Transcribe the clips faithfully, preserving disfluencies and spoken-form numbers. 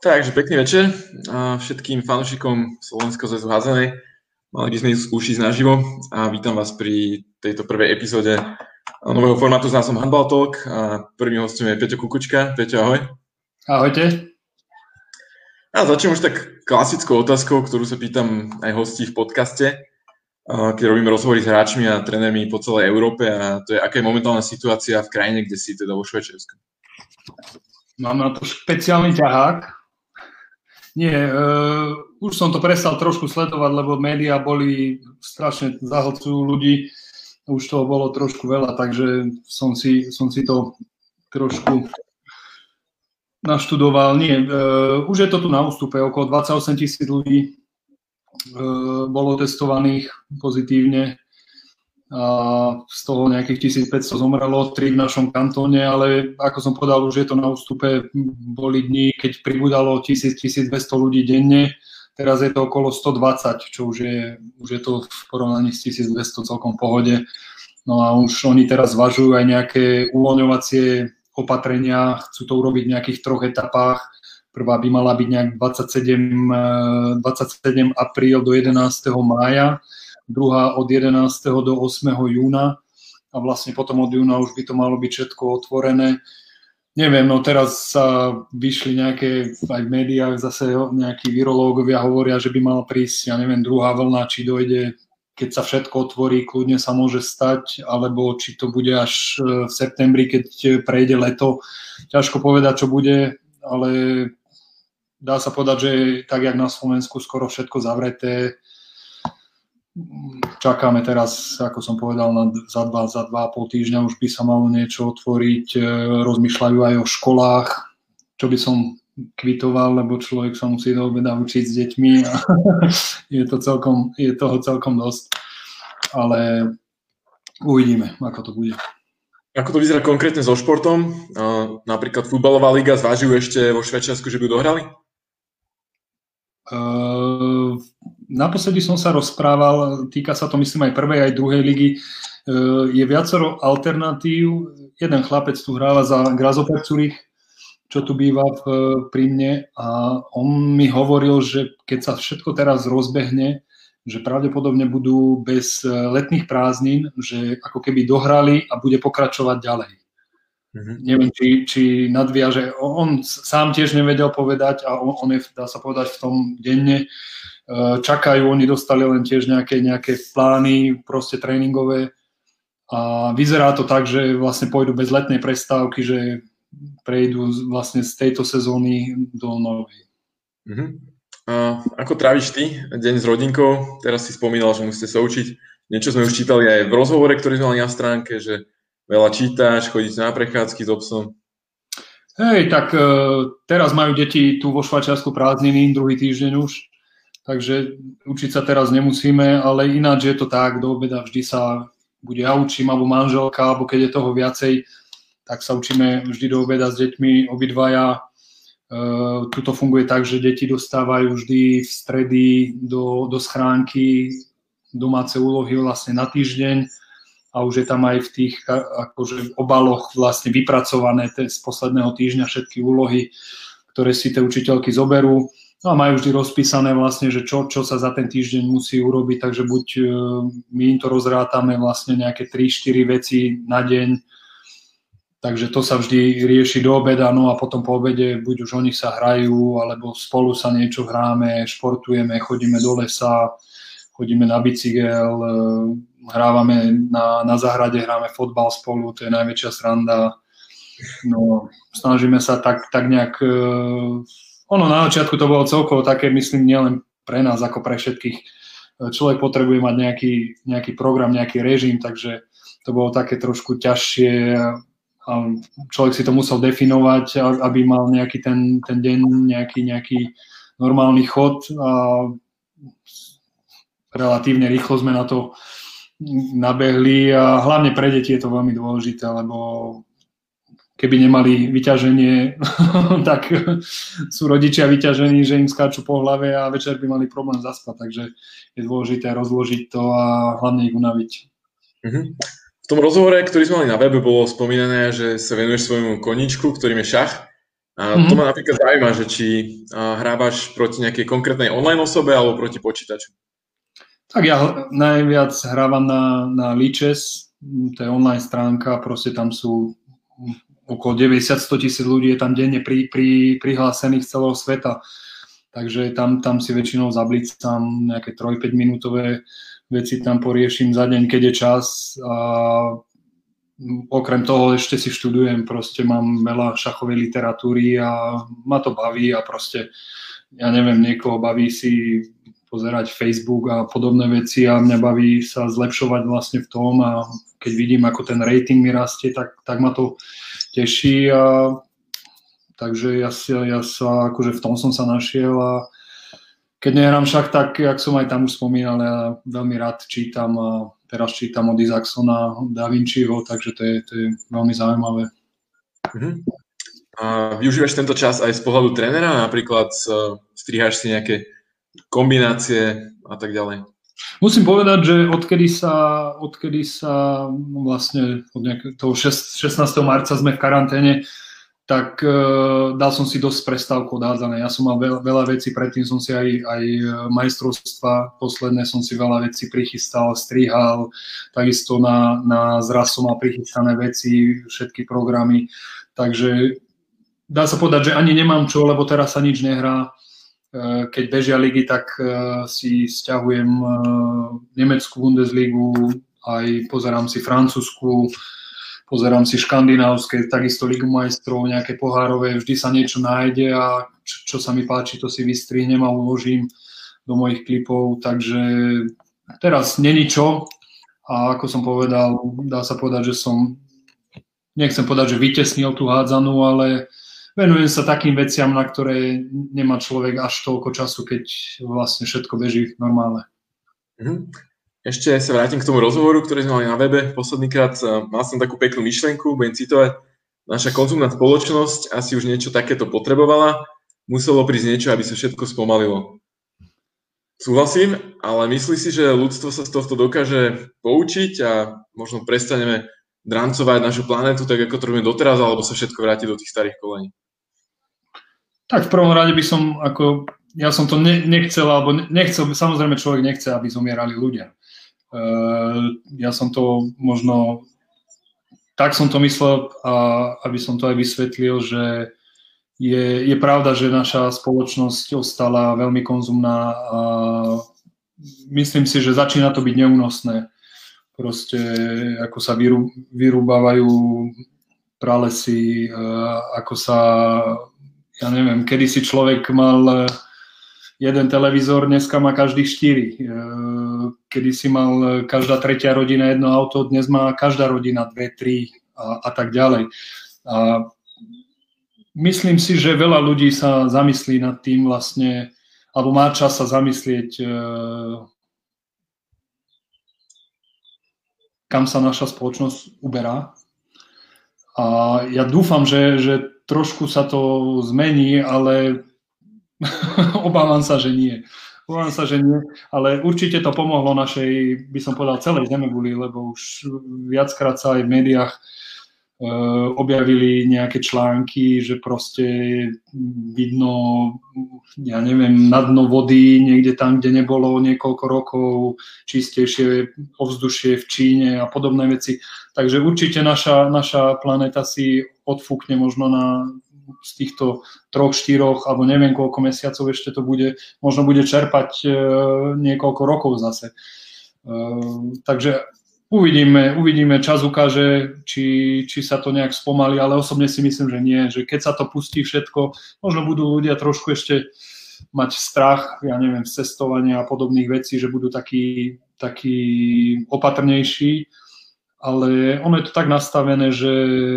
Takže pekný večer a všetkým fanúšikom Slovenského zväzu hádzanej. Mali by sme ísť ušiť naživo a vítam vás pri tejto prvej epizóde nového formátu s názvom Handball Talk. A prvým hostom je Peťo Kukučka. Peťo, ahoj. Ahojte. A začnem už tak klasickou otázkou, ktorú sa pýtam aj hostí v podcaste, keď robíme rozhovory s hráčmi a trénermi po celej Európe, a to je, aká je momentálna situácia v krajine, kde si teda vo Švajčiarsku. Mám na to špeciálny ťahák. Nie, uh, už som to prestal trošku sledovať, lebo médiá boli strašne zahlcujú ľudí. Už toho bolo trošku veľa, takže som si, som si to trošku naštudoval. Nie, uh, už je to tu na ústupe, okolo dvadsaťosem tisíc ľudí uh, bolo testovaných pozitívne. A z toho nejakých tisícpäťsto zomrelo, tri v našom kantóne, ale ako som povedal, už je to na ústupe. Boli dni, keď pribudalo tisíc až tisícdvesto ľudí denne, teraz je to okolo stodvadsať, čo už je, už je to v porovnaní s tisícdvesto celkom v pohode. No a už oni teraz zvažujú aj nejaké uvoľňovacie opatrenia, chcú to urobiť v nejakých troch etapách. Prvá by mala byť nejak dvadsaťsedem, dvadsaťsedem apríl do jedenásteho mája, druhá od jedenásteho do ôsmeho júna a vlastne potom od júna už by to malo byť všetko otvorené. Neviem, no teraz sa vyšli nejaké, aj v médiách zase nejakí virológovia hovoria, že by mala prísť, ja neviem, druhá vlna, či dojde, keď sa všetko otvorí, kľudne sa môže stať, alebo či to bude až v septembri, keď prejde leto. Ťažko povedať, čo bude, ale dá sa povedať, že tak, jak na Slovensku, skoro všetko zavreté. Čakáme teraz, ako som povedal, na, za, dva, za dva a pol týždňa už by sa malo niečo otvoriť. Rozmýšľajú aj o školách, čo by som kvitoval, lebo človek sa musí do obeda učiť s deťmi a je, to celkom, je toho celkom dosť. Ale uvidíme, ako to bude. Ako to vyzerá konkrétne so športom? Napríklad futbalová liga, zvážujú ešte vo Švajčiarsku, že by dohrali? Uh, naposledy som sa rozprával, týka sa to myslím aj prvej, aj druhej ligy, uh, je viacero alternatív. Jeden chlapec tu hráva za Grasshopper Zürich, čo tu býva v, pri mne, a on mi hovoril, že keď sa všetko teraz rozbehne, že pravdepodobne budú bez letných prázdnin, že ako keby dohrali a bude pokračovať ďalej. Mm-hmm. Neviem, či, či nadviaže. On sám tiež nevedel povedať a on, on je, dá sa povedať, v tom denne. Čakajú, oni dostali len tiež nejaké, nejaké plány, proste tréningové, a vyzerá to tak, že vlastne pôjdu bez letnej prestávky, že prejdú vlastne z tejto sezóny do novej. Mm-hmm. A ako tráviš ty deň s rodinkou? Teraz si spomínal, že musíte sa učiť. Niečo sme už čítali aj v rozhovore, ktorý sme mali na stránke, že veľa čítaš, chodíte na prechádzky s obsom? Hej, tak e, teraz majú deti tu vo Švajčiarsku prázdniny, druhý týždeň už, takže učiť sa teraz nemusíme, ale ináč je to tak, do obeda vždy sa bude ja učím, alebo manželka, alebo keď je toho viacej, tak sa učíme vždy do obeda s deťmi, obidvaja. E, tuto funguje tak, že deti dostávajú vždy v stredy do, do schránky domáce úlohy vlastne na týždeň, a už je tam aj v tých akože obaloch vlastne vypracované z posledného týždňa všetky úlohy, ktoré si tie učiteľky zoberú. No a majú vždy rozpísané vlastne, že čo, čo sa za ten týždeň musí urobiť, takže buď my im to rozrátame vlastne nejaké tri štyri veci na deň, takže to sa vždy rieši do obeda, no a potom po obede buď už oni sa hrajú, alebo spolu sa niečo hráme, športujeme, chodíme do lesa, chodíme na bicykel, hrávame na, na záhrade, hráme fotbal spolu, to je najväčšia sranda. No, snažíme sa tak, tak nejak... Uh, ono na začiatku to bolo celkovo také, myslím, nielen pre nás, ako pre všetkých. Človek potrebuje mať nejaký, nejaký program, nejaký režim, takže to bolo také trošku ťažšie. A človek si to musel definovať, aby mal nejaký ten, ten deň, nejaký, nejaký normálny chod. A relatívne rýchlo sme na to nabehli a hlavne pre deti je to veľmi dôležité, lebo keby nemali vyťaženie, tak sú rodičia vyťažení, že im skáču po hlave a večer by mali problém zaspať, takže je dôležité rozložiť to a hlavne ich unaviť. Mm-hmm. V tom rozhovore, ktorý sme mali na webe, bolo spomínané, že sa venuješ svojmu koníčku, ktorým je šach. A to ma napríklad zaujíma, že či hrávaš proti nejakej konkrétnej online osobe alebo proti počítaču. Tak ja najviac hrávam na, na Lichess, to je online stránka, proste tam sú okolo deväťdesiat až sto tisíc ľudí je tam denne pri, pri, prihlásených z celého sveta. Takže tam, tam si väčšinou zablicam nejaké tri päť minútové veci, tam poriešim za deň, keď je čas. A okrem toho ešte si študujem, proste mám veľa šachovej literatúry a ma to baví a proste, ja neviem, niekoho baví si pozerať Facebook a podobné veci a mňa baví sa zlepšovať vlastne v tom a keď vidím, ako ten rating mi rastie, tak, tak ma to teší a takže ja, si, ja sa, akože v tom som sa našiel a keď nehrám šach, tak, jak som aj tam už spomínal, ja veľmi rád čítam a teraz čítam od Isaacsona, Da Vinciho, takže to je, to je veľmi zaujímavé. Uh-huh. A využívaš tento čas aj z pohľadu trénera? Napríklad striháš si nejaké kombinácie a tak ďalej? Musím povedať, že odkedy sa, odkedy sa vlastne od toho šestnásteho marca sme v karanténe, tak uh, dal som si dosť prestávku od hádzanej. Ja som mal veľa, veľa vecí, predtým som si aj, aj majstrovstva, posledné som si veľa vecí prichystal, strihal, takisto na, na zraz som mal prichystané veci, všetky programy, takže dá sa povedať, že ani nemám čo, lebo teraz sa nič nehrá. Keď bežia ligy, tak uh, si sťahujem uh, nemeckú Bundesligu, aj pozerám si francúzsku, pozerám si škandinávske, takisto Ligu majstrov, nejaké pohárové, vždy sa niečo nájde a čo, čo sa mi páči, to si vystrihnem a uložím do mojich klipov, takže teraz není čo a ako som povedal, dá sa povedať, že som, nechcem povedať, že vytesnil tú hádzanú, ale venujem sa takým veciam, na ktoré nemá človek až toľko času, keď vlastne všetko beží normálne. Mhm. Ešte sa vrátim k tomu rozhovoru, ktorý sme mali na webe poslednýkrát. Mal som takú peknú myšlenku, budem citovať. Naša konzumná spoločnosť asi už niečo takéto potrebovala. Muselo prísť niečo, aby sa všetko spomalilo. Súhlasím, ale myslí si, že ľudstvo sa z tohto dokáže poučiť a možno prestaneme drancovať našu planetu tak, ako to robíme doteraz, alebo sa všetko vráti do tých starých kolení? Tak v prvom rade by som, ako, ja som to ne, nechcel, alebo nechcel, samozrejme človek nechce, aby zomierali ľudia. Uh, ja som to možno, tak som to myslel, a aby som to aj vysvetlil, že je, je pravda, že naša spoločnosť ostala veľmi konzumná a myslím si, že začína to byť neúnosné. Proste ako sa vyrú, vyrúbavajú pralesy, uh, ako sa, ja neviem, kedysi človek mal jeden televízor, dneska má každých štyri. Kedy si mal každá tretia rodina jedno auto, dnes má každá rodina dve, tri a, a tak ďalej. A myslím si, že veľa ľudí sa zamyslí nad tým vlastne, alebo má čas sa zamyslieť, kam sa naša spoločnosť uberá. A ja dúfam, že, že trošku sa to zmení, ale obávam sa, že nie. Obávam sa, že nie, ale určite to pomohlo našej, by som povedal, celej zemeguli, lebo už viackrát sa aj v médiách uh, objavili nejaké články, že proste vidno, ja neviem, na dno vody, niekde tam, kde nebolo niekoľko rokov, čistejšie ovzdušie v Číne a podobné veci. Takže určite naša, naša planéta si odfúkne možno na z týchto troch, štyroch, alebo neviem koľko mesiacov ešte to bude, možno bude čerpať e, niekoľko rokov zase. E, takže uvidíme, uvidíme, čas ukáže, či, či sa to nejak spomalí, ale osobne si myslím, že nie, že keď sa to pustí všetko, možno budú ľudia trošku ešte mať strach, ja neviem, z cestovania a podobných vecí, že budú takí, takí opatrnejší, ale ono je to tak nastavené, že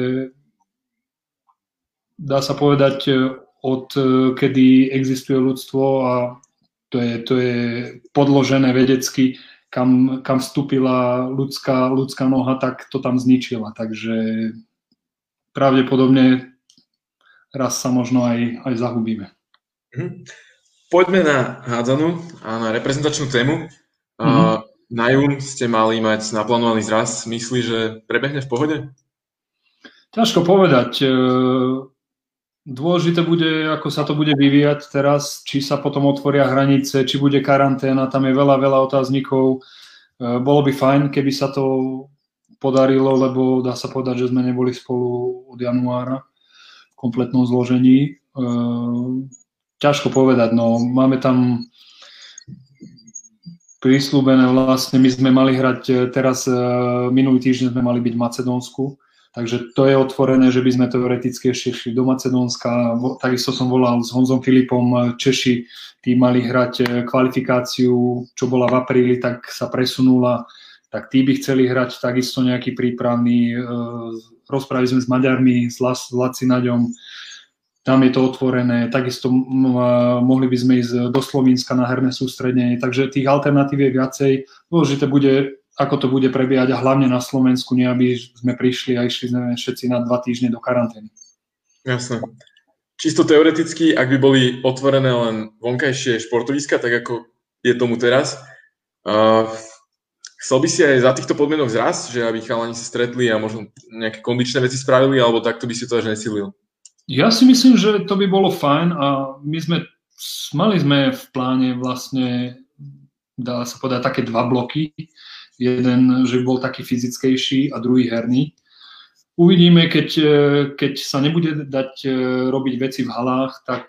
dá sa povedať, od kedy existuje ľudstvo a to je, to je podložené vedecky, kam, kam vstúpila ľudská, ľudská noha, tak to tam zničila. Takže pravdepodobne raz sa možno aj, aj zahubíme. Poďme na hádzanú a na reprezentačnú tému. Mm-hmm. Na jún ste mali mať naplánovaný zraz. Myslíš, že prebehne v pohode? Ťažko povedať. Dôležité bude, ako sa to bude vyvíjať teraz, či sa potom otvoria hranice, či bude karanténa, tam je veľa, veľa otáznikov. Bolo by fajn, keby sa to podarilo, lebo dá sa povedať, že sme neboli spolu od januára v kompletnom zložení. Ťažko povedať, no máme tam prisľúbené vlastne, my sme mali hrať teraz, minulý týždeň sme mali byť v Macedónsku, takže to je otvorené, že by sme teoreticky ešte šli do Macedónska. Takisto som volal s Honzom Filipom, Češi, tí mali hrať kvalifikáciu, čo bola v apríli, tak sa presunula, tak tí by chceli hrať takisto nejaký prípravný. Rozprávali sme s Maďarmi, s Laci Naďom, tam je to otvorené. Takisto mohli by sme ísť do Slovenska na herné sústredenie, takže tých alternatív je viacej. Dôležité bude, ako to bude prebiehať a hlavne na Slovensku, nie aby sme prišli a išli sme všetci na dva týždne do karantény. Jasné. Čisto teoreticky, ak by boli otvorené len vonkajšie športoviska, tak ako je tomu teraz, uh, chcel by si aj za týchto podmienok zrásť, že aby chalani sa stretli a možno nejaké kondičné veci spravili, alebo takto by si to až nesílil? Ja si myslím, že to by bolo fajn a my sme, mali sme v pláne vlastne, dá sa povedať, také dva bloky. Jeden, že bol taký fyzickejší a druhý herný. Uvidíme, keď, keď sa nebude dať robiť veci v halách, tak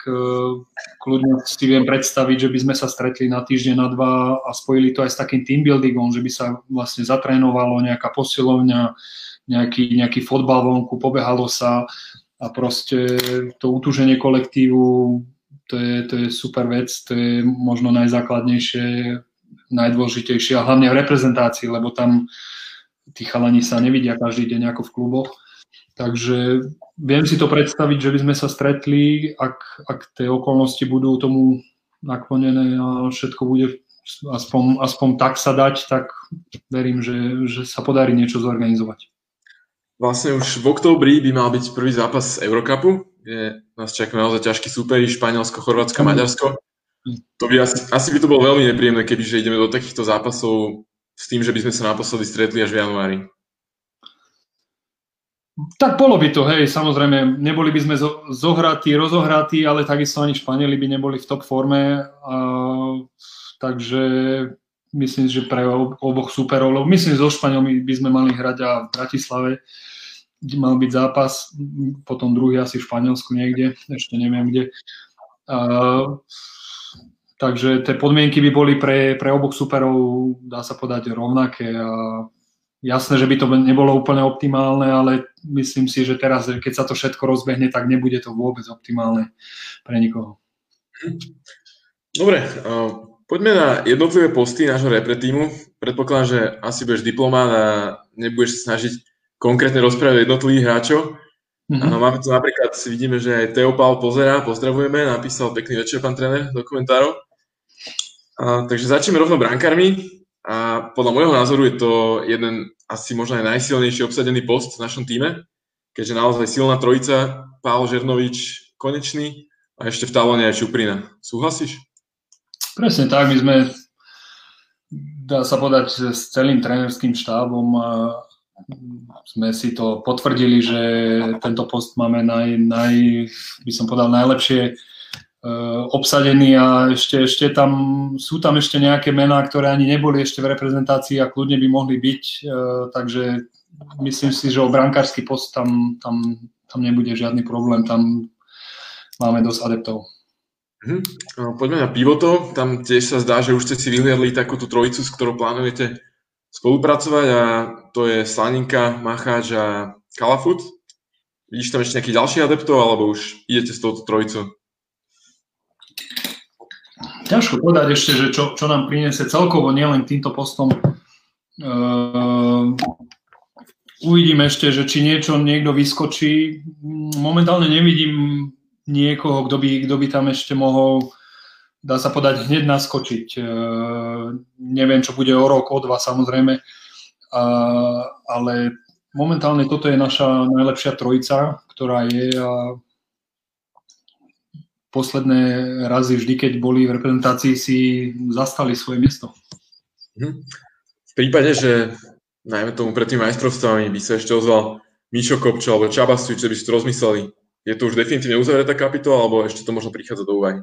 kľudne si viem predstaviť, že by sme sa stretli na týždeň, na dva a spojili to aj s takým team buildingom, že by sa vlastne zatrénovalo nejaká posilovňa, nejaký, nejaký fotbal vonku, pobehalo sa a proste to utúženie kolektívu, to je, to je super vec, to je možno najzákladnejšie, najdôležitejšie a hlavne v reprezentácii, lebo tam tí chalani sa nevidia každý deň ako v kluboch. Takže viem si to predstaviť, že by sme sa stretli, ak, ak tie okolnosti budú tomu naklonené a všetko bude aspoň, aspoň tak sa dať, tak verím, že, že sa podarí niečo zorganizovať. Vlastne už v októbri by mal byť prvý zápas Eurocupu, kde nás čaká naozaj ťažký súperi, Španielsko, Chorvátsko, Maďarsko. To by asi, asi by to bolo veľmi nepríjemné, kebyže ideme do takýchto zápasov s tým, že by sme sa naposledy stretli až v januári. Tak bolo by to, hej, samozrejme, neboli by sme zohratí, rozohratí, ale takisto ani Španieli by neboli v top forme, a, takže myslím, že pre oboch súperov, lebo myslím, že so Španielmi by sme mali hrať a v Bratislave, kde mal byť zápas, potom druhý asi v Španielsku niekde, ešte neviem kde. A, takže tie podmienky by boli pre, pre oboch superov, dá sa povedať, rovnaké. A jasné, že by to nebolo úplne optimálne, ale myslím si, že teraz, keď sa to všetko rozbehne, tak nebude to vôbec optimálne pre nikoho. Dobre, uh, poďme na jednotlivé posty nášho repre tímu. Predpokladám, že asi budeš diplomát a nebudeš sa snažiť konkrétne rozprávať jednotlivých hráčov. Mm-hmm. Uh, máme tu napríklad, si vidíme, že aj Teopal pozerá, pozdravujeme, napísal pekný večer pán tréner do komentárov. Uh, takže začneme rovno brankármi a podľa môjho názoru je to jeden asi možno aj najsilnejší obsadený post v našom týme, keďže naozaj silná trojica, Pálo Žernovič, Konečný a ešte v talóne aj Čuprina. Súhlasíš? Presne tak, my sme, dá sa povedať, s celým trénerským štábom a sme si to potvrdili, že tento post máme naj, naj by som povedal, najlepšie obsadený a ešte, ešte tam, sú tam ešte nejaké mená, ktoré ani neboli ešte v reprezentácii a kľudne by mohli byť, takže myslím si, že o brankársky post tam, tam, tam nebude žiadny problém, tam máme dosť adeptov. Mhm. Poďme na pivotov, tam tiež sa zdá, že už ste si vyhliadli takú tú trojicu, s ktorou plánujete spolupracovať a to je Slaninka, Macháč a Kalafut. Vidíš tam ešte nejakých ďalších adeptov alebo už idete s touto trojicou? Ťažko povedať ešte, že čo, čo nám priniesie celkovo, nielen týmto postom. Uh, uvidíme ešte, že či niečo niekto vyskočí. Momentálne nevidím niekoho, kto by, kto by tam ešte mohol, dá sa povedať, hneď naskočiť. Uh, neviem, čo bude o rok, o dva samozrejme, uh, ale momentálne toto je naša najlepšia trojica, ktorá je a posledné razy vždy, keď boli v reprezentácii, si zastali svoje miesto. V prípade, že najmä tomu pred tými majstrovstvami by sa ešte ozval Mišo Kopčo alebo Čaba Stujč, že by si to rozmysleli, je to už definitívne uzavretá kapitola, alebo ešte to možno prichádza do úvahy?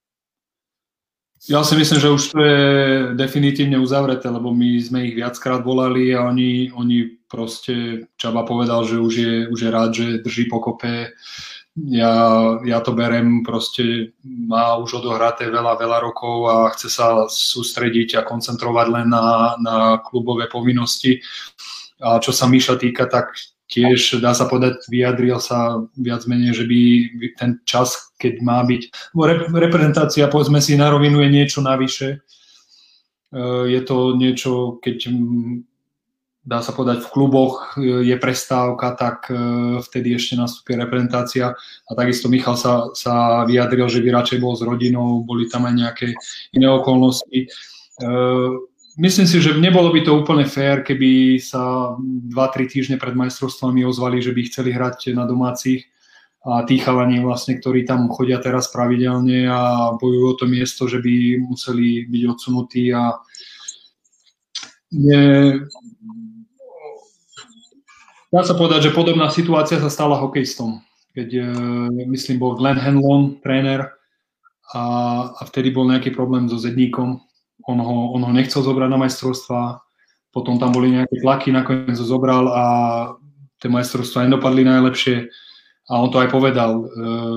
Ja si myslím, že už to je definitívne uzavreté, lebo my sme ich viackrát volali a oni, oni proste, Čaba povedal, že už je, už je rád, že drží pokope. Ja, ja to berem, proste má už odohraté veľa, veľa rokov a chce sa sústrediť a koncentrovať len na, na klubové povinnosti. A čo sa Miša týka, tak tiež dá sa povedať, vyjadril sa viac menej, že by ten čas, keď má byť, reprezentácia, povedzme si na rovinu, je niečo navyše. Je to niečo, keď dá sa povedať v kluboch je prestávka, tak vtedy ešte nastúpi reprezentácia. A takisto Michal sa, sa vyjadril, že by radšej bol s rodinou, boli tam aj nejaké iné okolnosti. Myslím si, že nebolo by to úplne fér, keby sa dva tri týždne pred majstrovstvami ozvali, že by chceli hrať na domácich a tí chalani vlastne, ktorí tam chodia teraz pravidelne a bojujú o to miesto, že by museli byť odsunutí a je... Dá sa povedať, že podobná situácia sa stala hokejistom, keď myslím bol Glenn Hanlon, tréner a, a vtedy bol nejaký problém so zedníkom. On ho, on ho nechcel zobrať na majstrovstvá, potom tam boli nejaké tlaky, nakoniec ho zobral a tie majstrovstvá nedopadli najlepšie a on to aj povedal.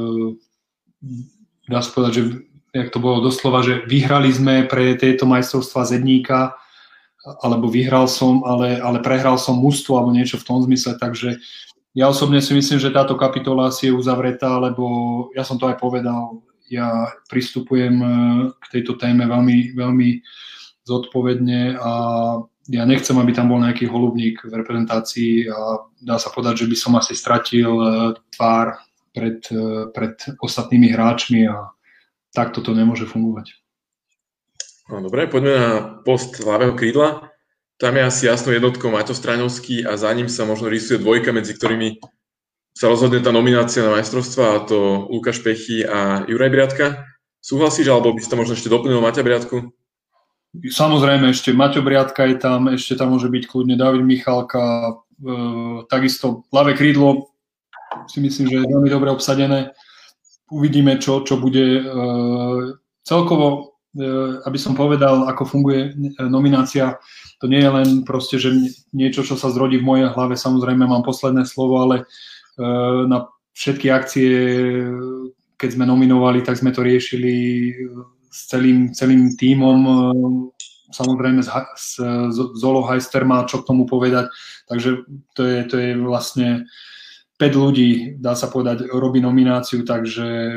Dá sa povedať, že jak to bolo doslova, že vyhrali sme pre tieto majstrovstvá zedníka, alebo vyhral som, ale, ale prehral som mužstvo alebo niečo v tom zmysle, takže ja osobne si myslím, že táto kapitola si je uzavretá, lebo ja som to aj povedal, ja pristupujem k tejto téme veľmi, veľmi zodpovedne a ja nechcem, aby tam bol nejaký holubník v reprezentácii a dá sa povedať, že by som asi stratil tvár pred, pred ostatnými hráčmi a takto to nemôže fungovať. No, dobre, poďme na post ľavého krídla. Tam je asi jasnou jednotkou Maťo Straňovský a za ním sa možno rysuje dvojka, medzi ktorými sa rozhodne tá nominácia na majstrovstvá, a to Lukáš Pechy a Juraj Briadka. Súhlasíš, alebo by si to možno ešte doplnil Maťa Briadku? Samozrejme, ešte Maťo Briadka je tam, ešte tam môže byť kľudne David Michalka, e, takisto ľavé krídlo, si myslím, že je veľmi dobre obsadené. Uvidíme, čo, čo bude. E, celkovo, e, aby som povedal, ako funguje nominácia, to nie je len proste, že niečo, čo sa zrodí v mojej hlave, samozrejme mám posledné slovo, ale na všetky akcie, keď sme nominovali, tak sme to riešili s celým, celým tímom. Samozrejme Zolo Heister má čo k tomu povedať, takže to je, to je vlastne päť ľudí, dá sa povedať, robí nomináciu, takže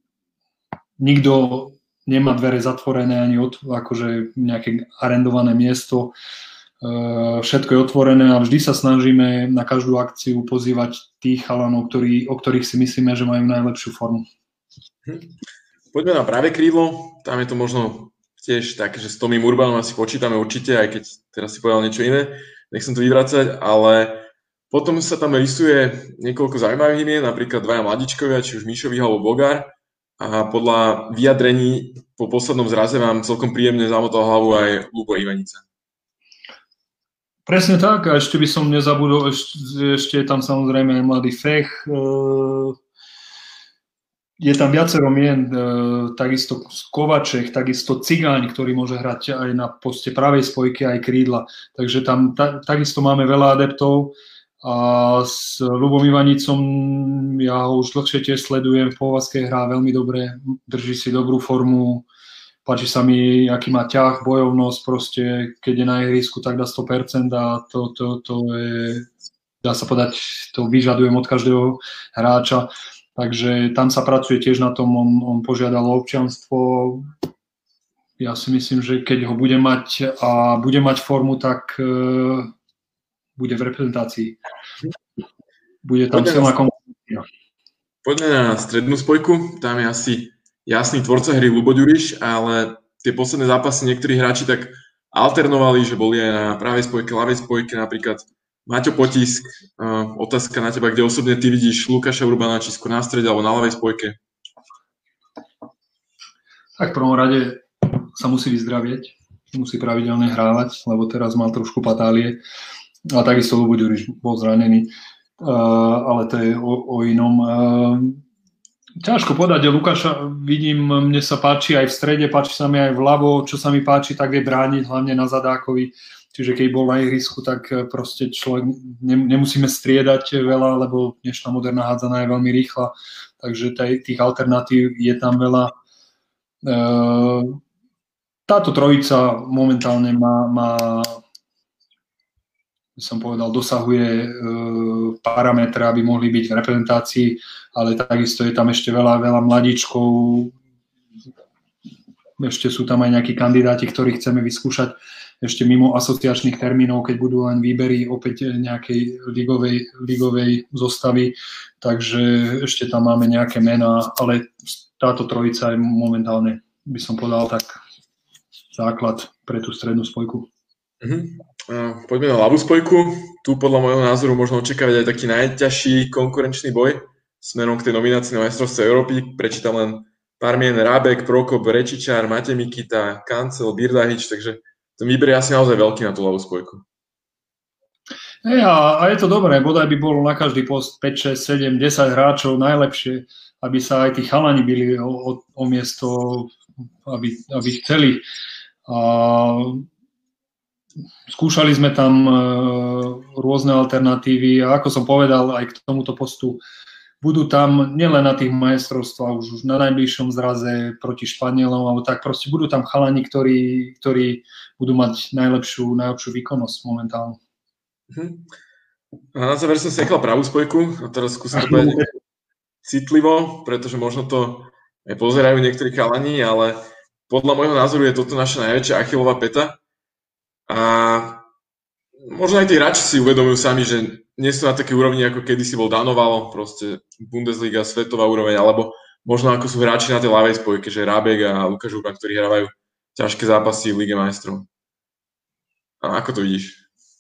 nikto nemá dvere zatvorené ani od, akože nejaké arendované miesto. Všetko je otvorené a vždy sa snažíme na každú akciu pozývať tých chalanov, ktorí, o ktorých si myslíme, že majú najlepšiu formu. Poďme na práve krídlo. Tam je to možno tiež také, že s Tomým Urbanom asi počítame určite, aj keď teraz si povedal niečo iné. Nechcem to vyvracať, ale potom sa tam rysuje niekoľko zaujímavých imien, napríklad dvaja mladičkovia, či už Mišo Víhal alebo Bogár. A podľa vyjadrení po poslednom zraze vám celkom príjemne zamotal hlavu aj Ľubo Ivanica. Presne tak, a ešte by som nezabudol, ešte, ešte je tam samozrejme aj mladý Fech, je tam viacero mien, takisto Kovaček, takisto Cigáň, ktorý môže hrať aj na poste pravej spojky, aj krídla, takže tam ta, takisto máme veľa adeptov a s Ľubom Ivanicom ja ho už dlhšie tiež sledujem, v Povazke hrá veľmi dobre, drží si dobrú formu. Páči sa mi, aký má ťah, bojovnosť, proste, keď je na ihrisku, tak dá sto percent a to, to, to je, dá sa povedať, to vyžadujem od každého hráča. Takže tam sa pracuje tiež na tom, on, on požiadal o občianstvo. Ja si myslím, že keď ho bude mať a bude mať formu, tak uh, bude v reprezentácii. Bude tam silná konkurencia. Poďme na strednú spojku, tam je asi jasný tvorca hry Ľubo Ďuriš, ale tie posledné zápasy niektorí hráči tak alternovali, že boli aj na pravej spojke, ľavej spojke, napríklad Maťo Potisk. Uh, otázka na teba, kde osobne ty vidíš Lukáša Urbana, či skôr na strede alebo na ľavej spojke? Tak v prvom rade sa musí vyzdravieť, musí pravidelne hrávať, lebo teraz mal trošku patálie a takisto Ľubo Ďuriš bol zranený. uh, ale to je o, o inom. Uh, ťažko podať, Lukáša vidím, mne sa páči aj v strede, páči sa mi aj vľavo, čo sa mi páči, tak vie brániť, hlavne na Zadákovi. Čiže keď bol na ihrisku, tak proste človek, nemusíme striedať veľa, lebo dnešná moderná hádzana je veľmi rýchla, takže tých alternatív je tam veľa. Táto trojica momentálne má, má by som povedal, dosahuje parametre, aby mohli byť v reprezentácii, ale takisto je tam ešte veľa, veľa mladíčkov, ešte sú tam aj nejakí kandidáti, ktorých chceme vyskúšať ešte mimo asociačných termínov, keď budú len výbery opäť nejakej ligovej, ligovej zostavy, takže ešte tam máme nejaké mená, ale táto trojica je momentálne, by som povedal, tak základ pre tú strednú spojku. Mhm. Poďme na ľavú spojku. Tu podľa môjho názoru možno očakávať aj taký najťažší konkurenčný boj smerom k tej nominácii na majstrovstvá Európy. Prečítam len pár mien: Rábek, Prokop, Rečičár, Matej Mikita, Kancel, Birdahič, takže ten výber je asi naozaj veľký na tú ľavú spojku. Hey, a, a je to dobré, bodaj by bolo na každý post päť, šesť, sedem, desať hráčov najlepšie, aby sa aj tí chalani bili o, o, o miesto, aby, aby chceli. A skúšali sme tam e, rôzne alternatívy a ako som povedal, aj k tomuto postu budú tam nielen na tých majstrovstvách, už, už na najbližšom zraze proti Španielom, alebo tak proste budú tam chalani, ktorí, ktorí budú mať najlepšiu, najlepšiu výkonnosť momentálne. Mhm. A na záver som sekla pravú spojku a teraz skúsim to povedať citlivo, pretože možno to aj pozerajú niektorí chalani, ale podľa môjho názoru je toto naša najväčšia Achillová päta. A možno aj tí hráči si uvedomujú sami, že nie sú na také úrovni, ako kedysi bol Danovalo, proste Bundesliga, svetová úroveň, alebo možno ako sú hráči na tej ľavej spojke, že Rábek a Lukáš Urban, ktorí hrávajú ťažké zápasy v Lige majstrov. A ako to vidíš?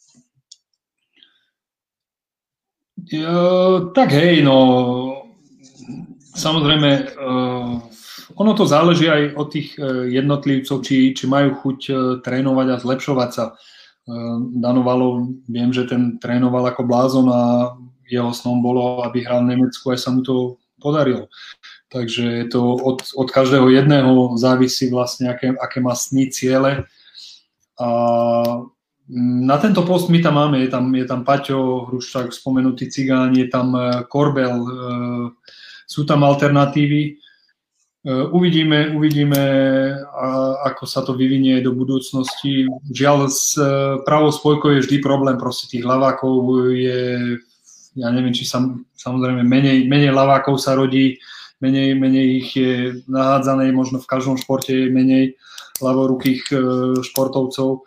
Jo, tak hej, no samozrejme uh, ono to záleží aj od tých uh, jednotlivcov, či, či majú chuť uh, trénovať a zlepšovať sa. Uh, Danovalo, viem, že ten trénoval ako blázon a jeho snom bolo, aby hral v Nemecku, aj sa mu to podarilo. Takže to od, od každého jedného závisí vlastne, aké, aké má sny, ciele. A na tento post my tam máme, je tam, je tam Paťo Hruščák, spomenutý Cigán, je tam Korbel, sú tam alternatívy. Uvidíme, uvidíme, ako sa to vyvinie do budúcnosti. Žiaľ, s pravou spojkou je vždy problém, proste tých ľavákov je, ja neviem, či sa, samozrejme menej, menej ľavákov sa rodí, menej, menej ich je nahádzané, možno v každom športe je menej ľavorukých športovcov.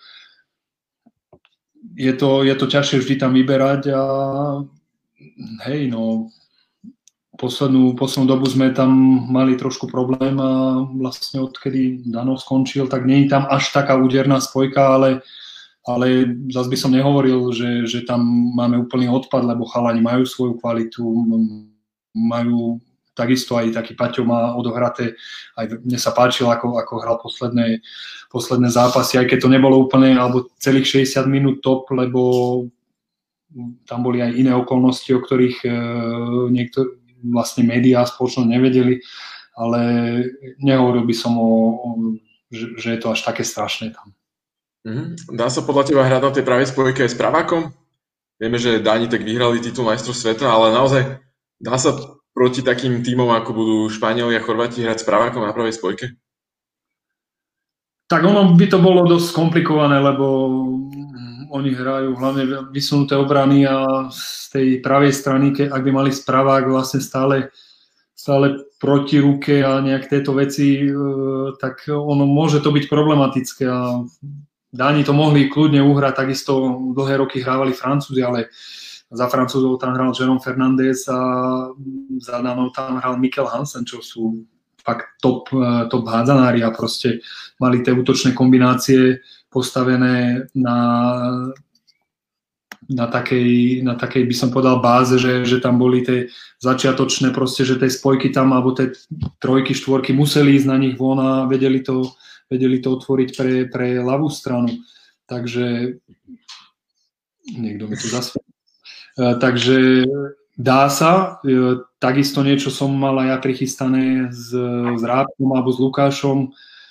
Je to, je to ťažšie vždy tam vyberať a hej, no, poslednú, poslednú dobu sme tam mali trošku problém a vlastne odkedy Dano skončil, tak nie je tam až taká úderná spojka, ale, ale zase by som nehovoril, že, že tam máme úplný odpad, lebo chalani majú svoju kvalitu, majú takisto aj taký Paťo má odohraté, aj mne sa páčilo, ako, ako hral posledné, posledné zápasy, aj keď to nebolo úplne, alebo celých šesťdesiat minút top, lebo tam boli aj iné okolnosti, o ktorých e, niektorí vlastne médiá spoločnosť nevedeli, ale nehovoril by som, o, o, že, že je to až také strašné tam. Mm-hmm. Dá sa podľa teba hrať na tej pravej spojke aj s pravákom? Vieme, že Dáni tak vyhrali titul majstrov sveta, ale naozaj dá sa proti takým tímom, ako budú Španieli a Chorváti, hrať s pravákom na pravej spojke? Tak ono by to bolo dosť komplikované, lebo oni hrajú hlavne vysunuté obrany a z tej pravej strany, ak by mali spravák vlastne stále, stále proti ruke a nejak tieto veci, tak ono môže to byť problematické a Dáni to mohli kľudne uhrať, takisto dlhé roky hrávali Francúzi, ale za Francúzov tam hral Jérôme Fernández a za Dánov tam hral Mikkel Hansen, čo sú fakt top, top hádzanári a proste mali tie útočné kombinácie postavené na, na, takej, na takej, by som povedal, báze, že, že tam boli tie začiatočné, proste, že tie spojky tam, alebo tie trojky, štvorky museli ísť na nich von a vedeli to, vedeli to otvoriť pre, pre ľavú stranu. Takže niekto mi tu zasvedol. takže dá sa. Takisto niečo som mal aj ja prichystané s, s Rábkom alebo s Lukášom.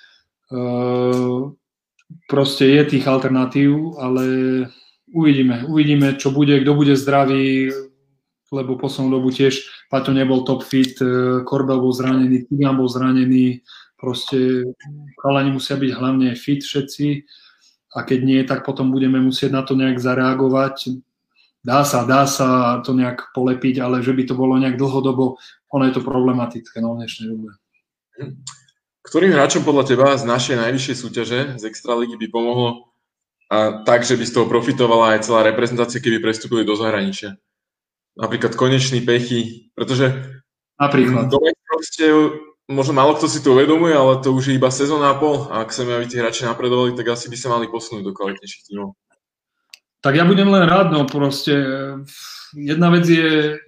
Proste je tých alternatív, ale uvidíme. Uvidíme, čo bude, kto bude zdravý, lebo poslednú dobu tiež Paťo nebol top fit, Korbel bol zranený, Tigan bol zranený, proste chalani musia byť hlavne fit všetci a keď nie, tak potom budeme musieť na to nejak zareagovať. Dá sa, dá sa to nejak polepiť, ale že by to bolo nejak dlhodobo, ono je to problematické no, v dnešnej dobe. Ktorým hráčom podľa teba z našej najvyššej súťaže, z Extraligy by pomohlo a tak, že by z toho profitovala aj celá reprezentácia, keby prestúpili do zahraničia? Napríklad Konečný, Pechy, pretože napríklad. Proste, možno málo kto si to uvedomuje, ale to už je iba sezóna a pol a ak chceme, aby tí hráči napredovali, tak asi by sa mali posunúť do kvalitnejších tímov. Tak ja budem len rád, no proste jedna vec je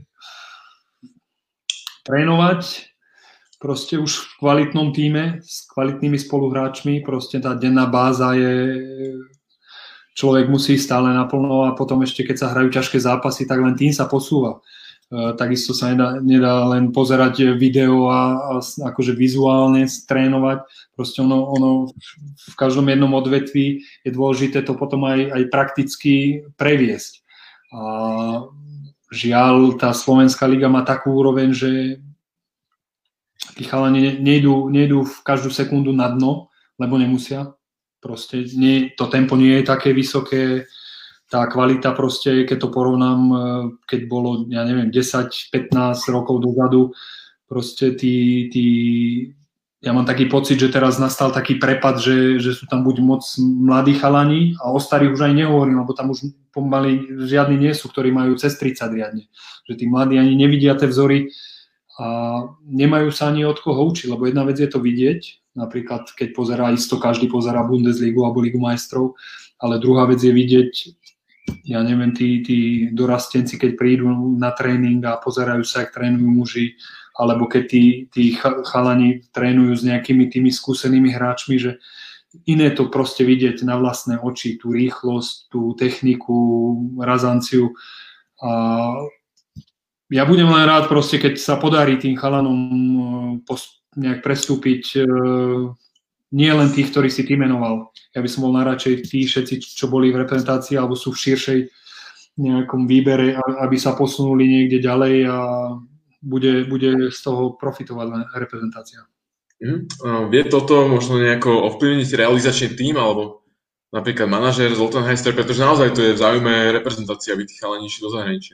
trénovať proste už v kvalitnom tíme s kvalitnými spoluhráčmi, proste tá denná báza je, človek musí stále naplno a potom ešte keď sa hrajú ťažké zápasy, tak len tým sa posúva. E, takisto sa nedá, nedá len pozerať video a, a akože vizuálne trénovať. Proste ono, ono v každom jednom odvetví je dôležité to potom aj, aj prakticky previesť. A žiaľ, tá slovenská liga má takú úroveň, že tí chalani nejdú, nejdú v každú sekundu na dno, lebo nemusia. Proste nie, to tempo nie je také vysoké, tá kvalita proste, keď to porovnám, keď bolo, ja neviem, desať pätnásť rokov dozadu, proste tí, tí, ja mám taký pocit, že teraz nastal taký prepad, že, že sú tam buď moc mladí chalani a o starých už aj nehovorím, lebo tam už pomaly žiadni nie sú, ktorí majú cez tridsať riadne. Že tí mladí ani nevidia tie vzory a nemajú sa ani od koho učiť, lebo jedna vec je to vidieť, napríklad keď pozerá, isto každý pozerá Bundesligu alebo Ligu majstrov, ale druhá vec je vidieť, ja neviem, tí, tí dorastenci, keď prídu na tréning a pozerajú sa, jak trénujú muži, alebo keď tí, tí chalani trénujú s nejakými tými skúsenými hráčmi, že iné to proste vidieť na vlastné oči, tú rýchlosť, tú techniku, razanciu. A ja budem len rád proste, keď sa podarí tým chalanom nejak prestúpiť, nie len tých, ktorí si ty menoval. Ja by som bol najradšej tí všetci, čo boli v reprezentácii alebo sú v širšej nejakom výbere, aby sa posunuli niekde ďalej a bude, bude z toho profitovať len reprezentácia. Mm. Vie toto možno nejako ovplyvniť realizačný tím alebo napríklad manažér Zoltán Heister, pretože naozaj to je v záujme reprezentácie, aby tí chalani išli do zahraničia.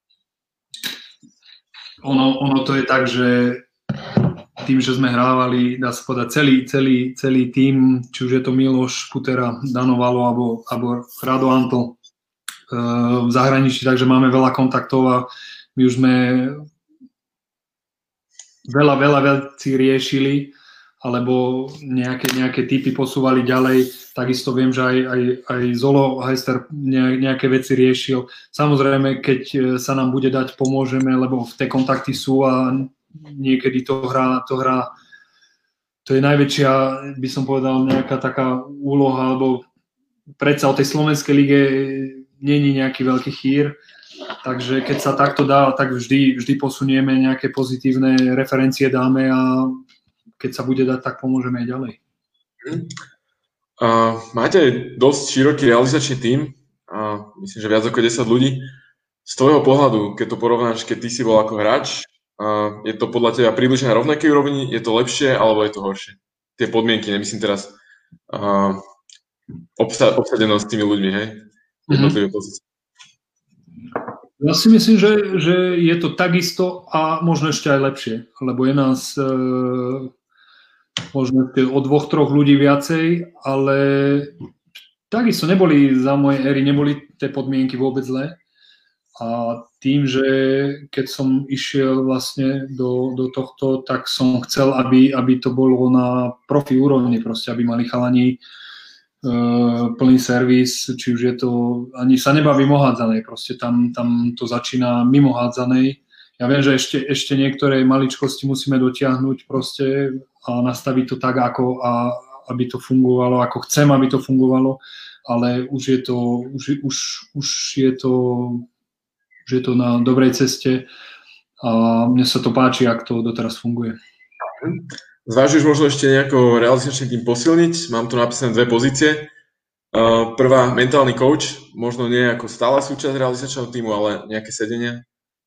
Ono, ono to je tak, že tým, že sme hrávali, dá sa povedať, celý, celý, celý tím, či už je to Miloš Putera, Dano Valo alebo, alebo Rado Antl e, v zahraničí, takže máme veľa kontaktov a my už sme veľa, veľa vecí riešili alebo nejaké, nejaké typy posúvali ďalej. Takisto viem, že aj, aj, aj Zolo Heister nejaké veci riešil. Samozrejme, keď sa nám bude dať, pomôžeme, lebo v tie kontakty sú a niekedy to hrá, to hrá, to je najväčšia, by som povedal, nejaká taká úloha, alebo predsa o tej slovenskej lige nie je nejaký veľký chýr, takže keď sa takto dá, tak vždy, vždy posunieme nejaké pozitívne referencie, dáme a keď sa bude dať, tak pomôžeme aj ďalej. Uh, máte dosť široký realizačný tím, uh, myslím, že viac ako desať ľudí. Z tvojho pohľadu, keď to porovnáš, keď ty si bol ako hráč, Uh, je to podľa teba približne na rovnakej úrovni? Je to lepšie alebo je to horšie? Tie podmienky, nemyslím teraz uh, obsa- obsadenosť s tými ľuďmi, hej? Jednotlivé pozície. Ja si myslím, že, že je to takisto a možno ešte aj lepšie, lebo je nás uh, možno o dvoch, troch ľudí viacej, ale takisto neboli za mojej éry, neboli tie podmienky vôbec zlé. A tým, že keď som išiel vlastne do, do tohto, tak som chcel, aby, aby to bolo na profi úrovni, proste, aby mali chalani e, plný servis, či už je to, ani sa nebavím o hádzanej, proste tam, tam to začína mimo hádzanej. Ja viem, že ešte, ešte niektoré maličkosti musíme dotiahnuť proste a nastaviť to tak, ako, a, aby to fungovalo, ako chcem, aby to fungovalo, ale už je to, už, už, už je to už je to na dobrej ceste a mne sa to páči, ak to doteraz funguje. Zvážiš možno ešte nejako realizačný tým posilniť? Mám tu napísané dve pozície. Uh, prvá, mentálny coach, možno nie ako stála súčasť realizačného týmu, ale nejaké sedenia?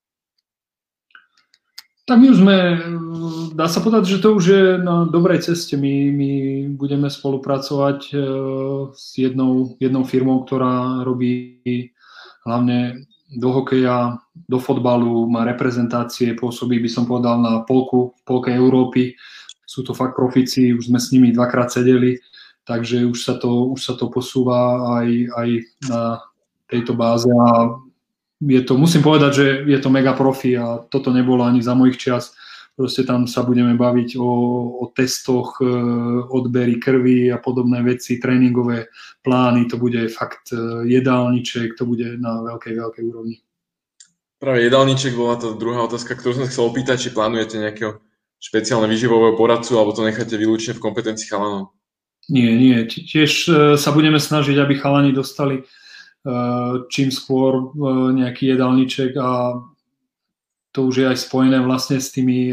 Tak my už sme, dá sa povedať, že to už je na dobrej ceste. My, my budeme spolupracovať uh, s jednou, jednou firmou, ktorá robí hlavne do hokeja, do fotbalu, má reprezentácie, pôsobí, by som povedal, na polku, polke Európy. Sú to fakt profíci, už sme s nimi dvakrát sedeli, takže už sa to, už sa to posúva aj, aj na tejto báze a je to, musím povedať, že je to mega profi a toto nebolo ani za mojich čias. Proste tam sa budeme baviť o, o testoch, odbery krvi a podobné veci, tréningové plány, to bude fakt jedálniček, to bude na veľkej, veľkej úrovni. Práve jedálniček bola tá druhá otázka, ktorú som chcel opýtať, či plánujete nejakého špeciálne výživového poradcu, alebo to necháte výlučne v kompetencii chalanov? Nie, nie. Tiež sa budeme snažiť, aby chalani dostali čím skôr nejaký jedálniček a to už je aj spojené vlastne s tými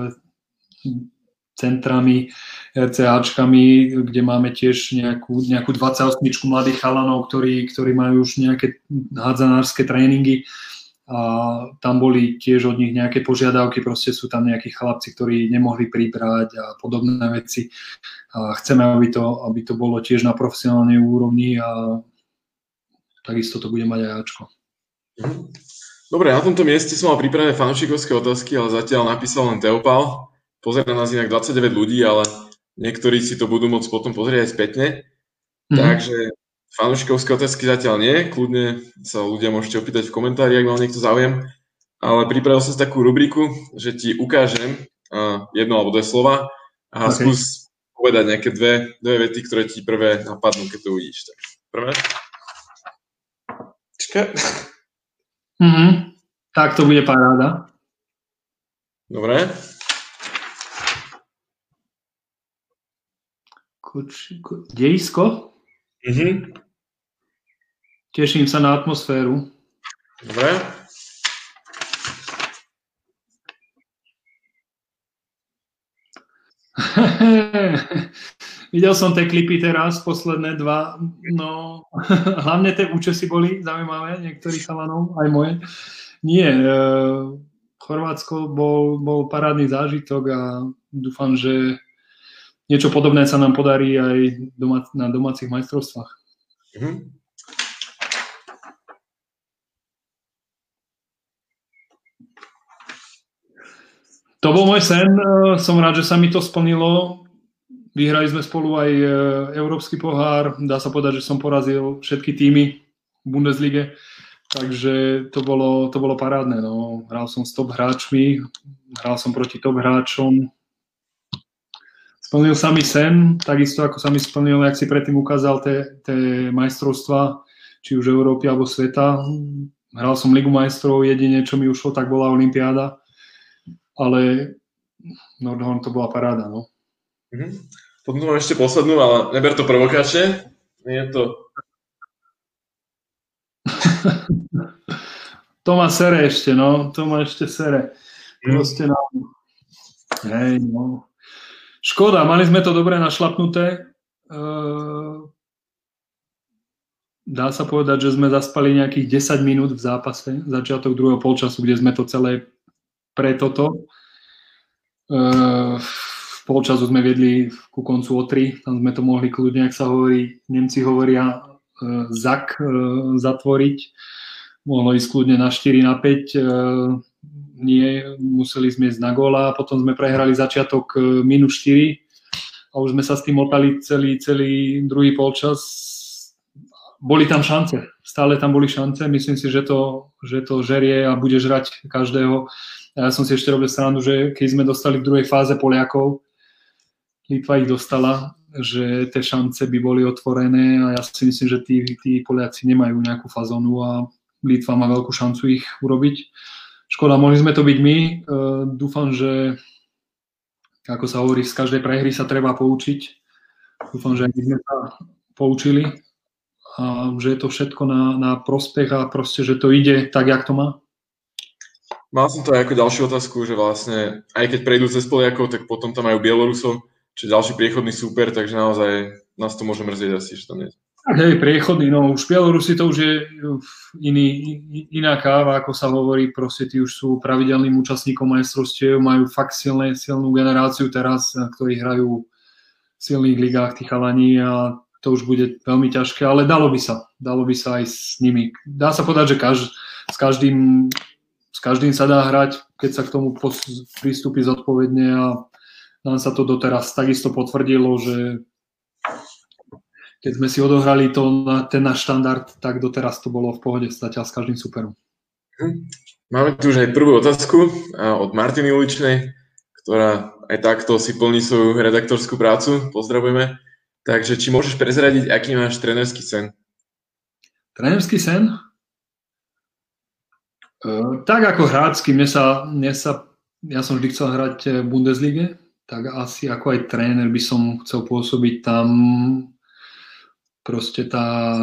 centrami, RCAčkami, kde máme tiež nejakú, nejakú dvadsaťosem mladých chalanov, ktorí, ktorí majú už nejaké hádzanárske tréningy. A tam boli tiež od nich nejaké požiadavky, proste sú tam nejakí chlapci, ktorí nemohli pribrať a podobné veci. A chceme, aby to, aby to bolo tiež na profesionálnej úrovni a takisto to bude mať aj Ačko. Dobre, na tomto mieste som mal pripravené fanúšikovské otázky, ale zatiaľ napísal len Teopal. Pozerá nás inak dvadsaťdeväť ľudí, ale niektorí si to budú môcť potom pozrieť aj spätne. Mm-hmm. Takže fanúšikovské otázky zatiaľ nie, kľudne sa ľudia môžete opýtať v komentári, ak mal niekto záujem, ale pripravil som si takú rubriku, že ti ukážem uh, jedno alebo dve slova a okay. Skús povedať nejaké dve, dve vety, ktoré ti prvé napadnú, keď to uvidíš. Tak prvé. Čakaj. Mm-hmm. Tak to bude paráda. Dobre. Koč, ko, dejisko? Mhm. Teším sa na atmosféru. Dobre. Videl som tie klipy teraz, posledné dva, no hlavne tie účesy boli zaujímavé, niektorých chalanov, aj moje. Nie, e, Chorvátsko bol, bol parádny zážitok a dúfam, že niečo podobné sa nám podarí aj doma, na domácich majstrovstvách. Mhm. To bol môj sen, som rád, že sa mi to splnilo. Vyhrali sme spolu aj Európsky pohár, dá sa povedať, že som porazil všetky týmy v Bundeslige, takže to bolo, to bolo parádne. No. Hral som s top hráčmi, hral som proti top hráčom. Splnil sa mi sen, takisto ako sa mi splnil, jak si predtým ukázal tie majstrovstvá, či už Európy alebo sveta. Hral som Ligu majstrov, jedine, čo mi ušlo, tak bola olympiáda. Ale Nordhorn to bola paráda, no. Mm-hmm. Potom tu mám ešte poslednú, ale neber to provokačne. Nie je to... To má sere ešte, no. To má ešte sere. Mm. Proste nám... Hej, no. Škoda, mali sme to dobre našlapnuté. Uh... Dá sa povedať, že sme zaspali nejakých desať minút v zápase. Začiatok druhého polčasu, kde sme to celé pre toto. V polčasu sme viedli ku koncu o tri, tam sme to mohli kľudne, ak sa hovorí, Nemci hovoria zak zatvoriť. Mohlo ísť kľudne na štyri na päť, nie, museli sme ísť na góla, potom sme prehrali začiatok minus štyri a už sme sa s tým motali celý, celý druhý polčas. Boli tam šance, stále tam boli šance, myslím si, že to, že to žerie a bude žrať každého. Ja som si ešte robil srandu, že keď sme dostali v druhej fáze Poliakov, Litva ich dostala, že tie šance by boli otvorené a ja si myslím, že tí, tí Poliaci nemajú nejakú fazónu a Litva má veľkú šancu ich urobiť. Škoda, mohli sme to byť my. Dúfam, že ako sa hovorí, z každej prehry sa treba poučiť. Dúfam, že aj my sme sa poučili a že je to všetko na, na prospech a proste, že to ide tak, jak to má. Mal som to aj ako ďalšiu otázku, že vlastne aj keď prejdú cez Poliakov, tak potom tam majú Bielorusov, či ďalší priechodný súper, takže naozaj nás to môže mrzieť asi, že tam nie. Tak hej, priechodný, no už Bielorusi to už je iný, iná káva, ako sa hovorí, proste tí už sú pravidelným účastníkom majstrovstiev, majú fakt silné, silnú generáciu teraz, ktorí hrajú v silných ligách, tí chalani, a to už bude veľmi ťažké, ale dalo by sa, dalo by sa aj s nimi. Dá sa povedať, že kaž, s každým s každým sa dá hrať, keď sa k tomu pristúpi zodpovedne, a nám sa to doteraz takisto potvrdilo, že keď sme si odohrali to na ten náš štandard, tak doteraz to bolo v pohode zatiaľ s každým superom. Máme tu už aj prvú otázku od Martiny Uličnej, ktorá aj takto si plní svoju redaktorskú prácu. Pozdravujeme. Takže či môžeš prezradiť, aký máš trénerský sen? Trénerský sen? Uh, tak ako hráčsky, mne sa, mne sa, ja som vždy chcel hrať v Bundeslige, tak asi ako aj tréner by som chcel pôsobiť tam. Proste tá,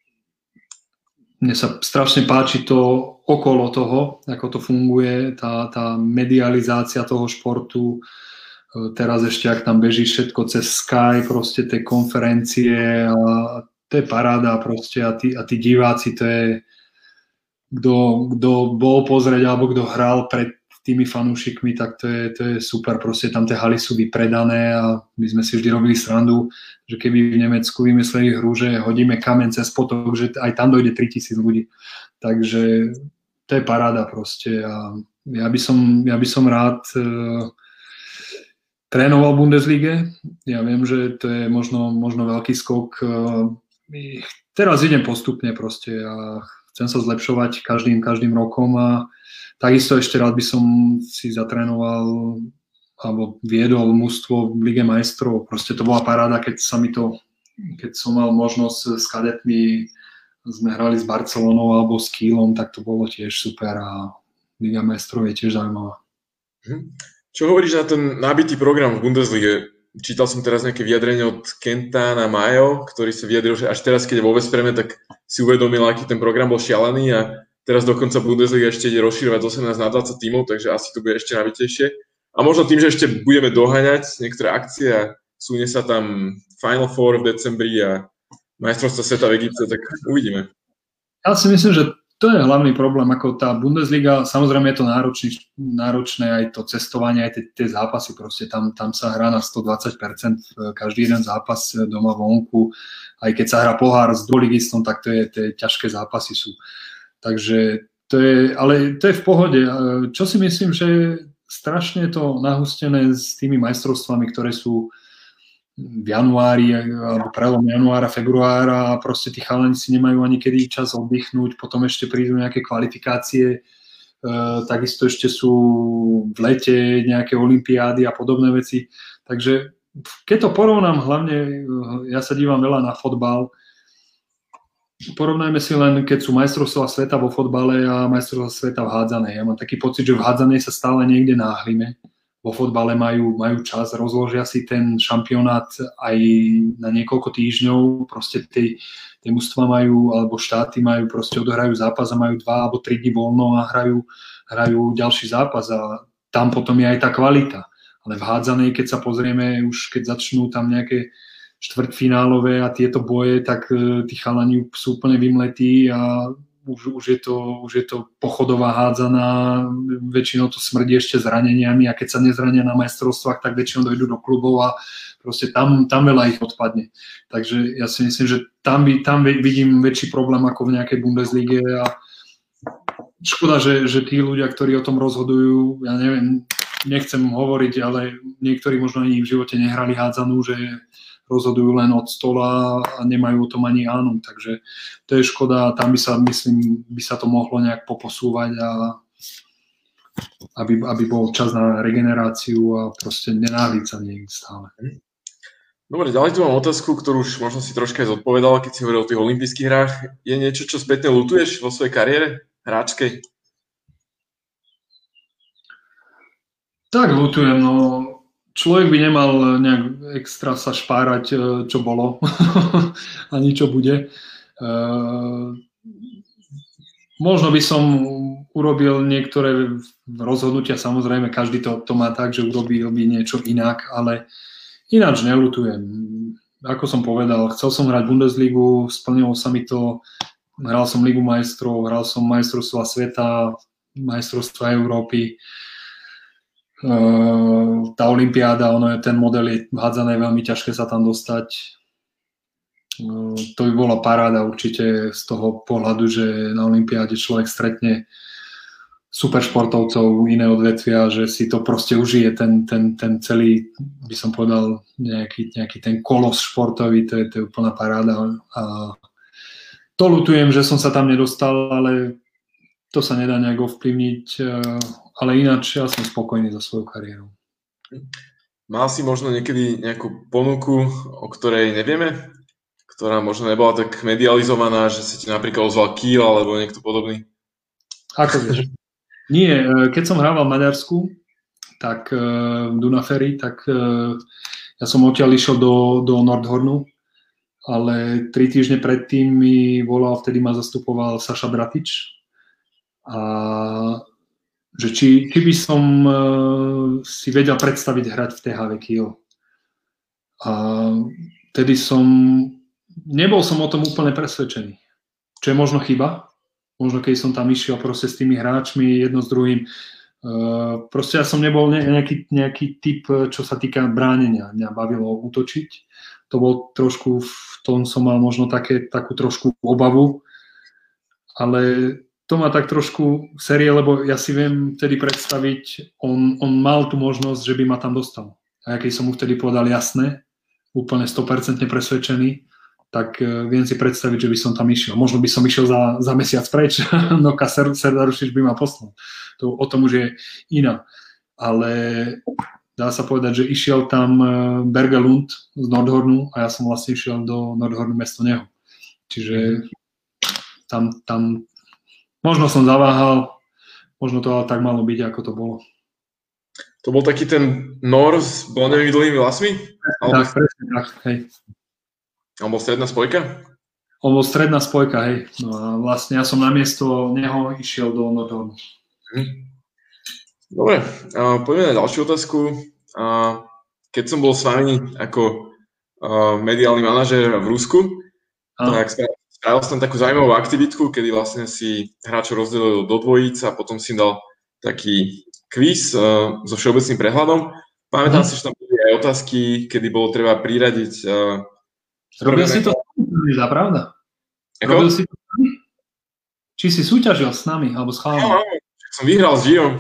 mne sa strašne páči to okolo toho, ako to funguje, tá, tá medializácia toho športu. Teraz ešte, ak tam beží všetko cez Sky, proste tie konferencie, a to je paráda proste, a tí, a tí diváci, to je Kto, kto bol pozrieť alebo kto hral pred tými fanúšikmi, tak to je, to je super. Proste tam tie haly sú vypredané a my sme si vždy robili srandu, že keby v Nemecku vymysleli hru, že hodíme kameň cez potok, že aj tam dojde tritisíc ľudí. Takže to je paráda proste. A ja by som, ja by som rád uh, trénoval v Bundeslige. Ja viem, že to je možno, možno veľký skok. Uh, teraz idem postupne proste a chcem sa zlepšovať každým, každým rokom, a takisto ešte rád by som si zatrénoval alebo viedol mužstvo v Lige majstrov. Proste to bola paráda, keď sa mi to, keď som mal možnosť s kadetmi, sme hrali s Barcelonou alebo s Kielom, tak to bolo tiež super, a Liga majstrov je tiež zaujímavá. Čo hovoríš na ten nabitý program v Bundeslige? Čítal som teraz nejaké vyjadrenie od Kenta na Majo, ktorý sa vyjadril, že až teraz, keď je vo Veszpreme, tak si uvedomil, aký ten program bol šialený, a teraz dokonca Bundesliga ešte ide rozširovať z osemnásť na dvadsať tímov, takže asi to bude ešte nabitejšie. A možno tým, že ešte budeme doháňať niektoré akcie a súne sa tam Final Four v decembri a majstrovstvá sveta v Egypte, tak uvidíme. Ja si myslím, že to je hlavný problém, ako tá Bundesliga, samozrejme je to náročný, náročné aj to cestovanie, aj tie, tie zápasy, proste tam, tam sa hrá na stodvadsať percent každý jeden zápas doma vonku, aj keď sa hrá pohár s dvoligistom, tak to je, tie ťažké zápasy sú. Takže to je, ale to je v pohode. Čo si myslím, že je strašne to nahustené s tými majstrovstvami, ktoré sú v januári alebo prelom januára, februára, a proste tí chalani si nemajú ani kedy čas oddychnúť, potom ešte prídu nejaké kvalifikácie, e, takisto ešte sú v lete nejaké olympiády a podobné veci. Takže keď to porovnám, hlavne ja sa dívam veľa na fotbal, porovnajme si len, keď sú majstrovstvá sveta vo fotbale a majstrovstvá sveta v hádzanej. Ja mám taký pocit, že v hádzanej sa stále niekde náhlime. Vo fotbale majú, majú čas, rozložia si ten šampionát aj na niekoľko týždňov, proste tie, tie mužstva majú, alebo štáty majú, proste odohrajú zápas a majú dva alebo tri dni voľno a hrajú, hrajú ďalší zápas, a tam potom je aj tá kvalita. Ale v hádzanej, keď sa pozrieme, už keď začnú tam nejaké štvrťfinálové a tieto boje, tak tí chalani sú úplne vymletí a Už, už, je to, už je to pochodová hádzaná, väčšinou to smrdí ešte zraneniami, a keď sa nezrania na majstrovstvách, tak väčšinou dojdú do klubov a proste tam, tam veľa ich odpadne. Takže ja si myslím, že tam, by, tam vidím väčší problém ako v nejakej Bundeslige, a škoda, že, že tí ľudia, ktorí o tom rozhodujú, ja neviem, nechcem hovoriť, ale niektorí možno ani v živote nehrali hádzanú, že rozhodujú len od stola a nemajú o tom ani áno, takže to je škoda, tam by sa, myslím, by sa to mohlo nejak poposúvať, a aby, aby bol čas na regeneráciu a proste nenáhliť sa niekde stále. Dobre, ďalej tu mám otázku, ktorú už možno si troška aj zodpovedal, keď si hovoril o tých olympijských hrách. Je niečo, čo spätne ľutuješ vo svojej kariére hráčkej? Tak ľutujem, no človek by nemal nejak extra sa špárať, čo bolo ani čo bude. Možno by som urobil niektoré rozhodnutia, samozrejme, každý to, to má tak, že urobí, urobí niečo inak, ale ináč neľutujem. Ako som povedal, chcel som hrať Bundesligu, splnilo sa mi to, hral som Ligu majstrov, hral som majstrovstva sveta, majstrovstva Európy. Uh, tá olympiáda, ono je, ten model je hádzané, veľmi ťažké sa tam dostať. Uh, to by bola paráda určite z toho pohľadu, že na olympiáde človek stretne super športovcov, iné odvetvia, že si to proste užije, ten, ten, ten celý, by som povedal, nejaký, nejaký ten kolos športový, to je, to je úplná paráda. A to ľutujem, že som sa tam nedostal, ale to sa nedá nejak ovplyvniť, ale ináč ja som spokojný za svoju kariéru. Mal si možno niekedy nejakú ponuku, o ktorej nevieme? Ktorá možno nebola tak medializovaná, že sa ti napríklad ozval Kiel alebo niekto podobný? Ako vieš? Nie, keď som hrával v Maďarsku, tak v Dunaferi, tak ja som odtiaľ išiel do, do Nordhornu, ale tri týždne predtým mi volal, vtedy ma zastupoval Saša Bratič, a že či, či by som si vedel predstaviť hrať v té há vé Kiel. A vtedy som, nebol som o tom úplne presvedčený, čo je možno chyba. Možno keď som tam išiel proste s tými hráčmi, jedno s druhým. Uh, proste ja som nebol nejaký, nejaký typ, čo sa týka bránenia. Mňa bavilo útočiť. To bol trošku, v tom som mal možno také, takú trošku obavu. Ale to má tak trošku série, lebo ja si viem vtedy predstaviť, on, on mal tú možnosť, že by ma tam dostal. A keď som mu vtedy povedal jasné, úplne sto percent presvedčený, tak viem si predstaviť, že by som tam išiel. Možno by som išiel za, za mesiac preč, no Ser, Serdarušič by ma poslal. To o tom už je iná. Ale dá sa povedať, že išiel tam Bergelund z Nordhornu a ja som vlastne išiel do Nordhornu mesto neho. Čiže tam, tam možno som zaváhal, možno to ale tak malo byť, ako to bolo. To bol taký ten Nor s blondými dlhými vlasmi? Tak, presne tak, hej. On bol stredná spojka? On bol stredná spojka, hej. No a vlastne ja som namiesto neho išiel do Nordhornu. Hm. Dobre, uh, poďme na ďalšiu otázku. Uh, keď som bol s vami ako uh, mediálny manažér v Rusku, a. tak spravil som takú zaujímavú aktivitku, kedy vlastne si hráčov rozdelil do dvojíc a potom si dal taký kvíz uh, so všeobecným prehľadom. Pamätám hm. si, že tam boli aj otázky, kedy bolo treba priradiť uh, Robil si to s nami, za pravda? Ako? Robil si to s nami? Či si súťažil s nami, alebo s chalami? No, som vyhral s Giom.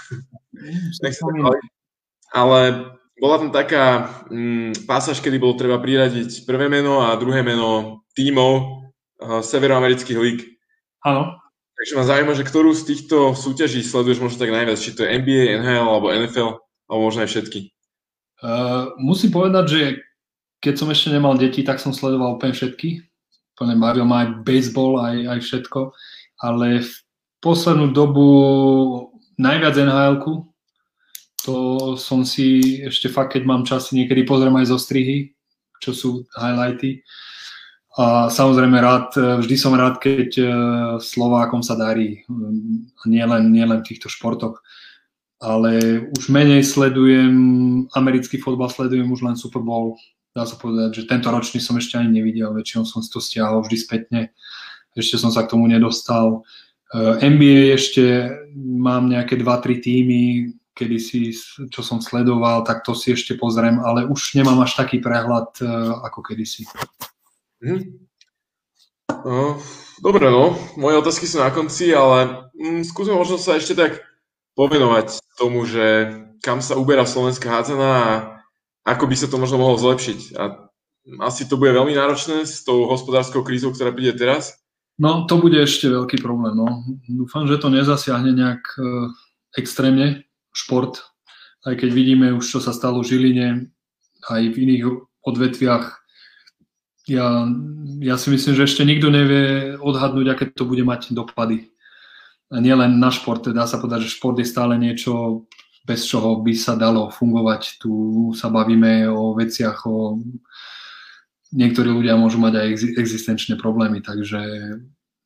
Ale bola tam taká mm, pásaž, kedy bolo treba priradiť prvé meno a druhé meno tímov uh, severoamerických líg. Áno. Takže ma zaujíma, že ktorú z týchto súťaží sleduješ možno tak najviac? Či to je en bí ej, en há el alebo en ef el, alebo možno aj všetky? Uh, musím povedať, že keď som ešte nemal deti, tak som sledoval úplne všetky. Úplne bavil ma aj baseball, aj, aj všetko. Ale v poslednú dobu najviac en há elku. To som si ešte fakt, keď mám čas, niekedy pozriem aj zo strihy, čo sú highlighty. A samozrejme rád, vždy som rád, keď Slovákom sa darí. Nielen, nielen v týchto športoch. Ale už menej sledujem americký fotbal, sledujem už len Super Bowl. Dá sa povedať, že tento ročný som ešte ani nevidel, väčšinou som si to stiahol vždy spätne, ešte som sa k tomu nedostal. en bí ej ešte mám nejaké dva tri týmy, kedysi, čo som sledoval, tak to si ešte pozriem, ale už nemám až taký prehľad ako kedysi. Hmm. No, dobre, no, moje otázky sú na konci, ale mm, skúsme možno sa ešte tak povenovať tomu, že kam sa uberá slovenská hádzana a ako by sa to možno mohlo zlepšiť. A asi to bude veľmi náročné s tou hospodárskou krízou, ktorá príde teraz? No, to bude ešte veľký problém. No. Dúfam, že to nezasiahne nejak e, extrémne šport. Aj keď vidíme už, čo sa stalo v Žiline, aj v iných odvetviach. Ja, ja si myslím, že ešte nikto nevie odhadnúť, aké to bude mať dopady. A nielen na šport. Dá sa povedať, že šport je stále niečo, bez čoho by sa dalo fungovať. Tu sa bavíme o veciach, o... niektorí ľudia môžu mať aj existenčné problémy, takže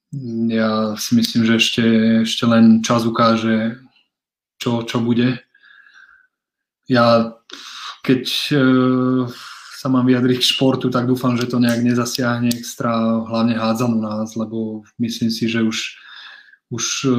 Ja si myslím, že ešte, ešte len čas ukáže, čo, čo bude. Ja, keď e, sa mám vyjadriť k športu, tak dúfam, že to nejak nezasiahne extra, hlavne hádzanú nás, lebo myslím si, že už, už e,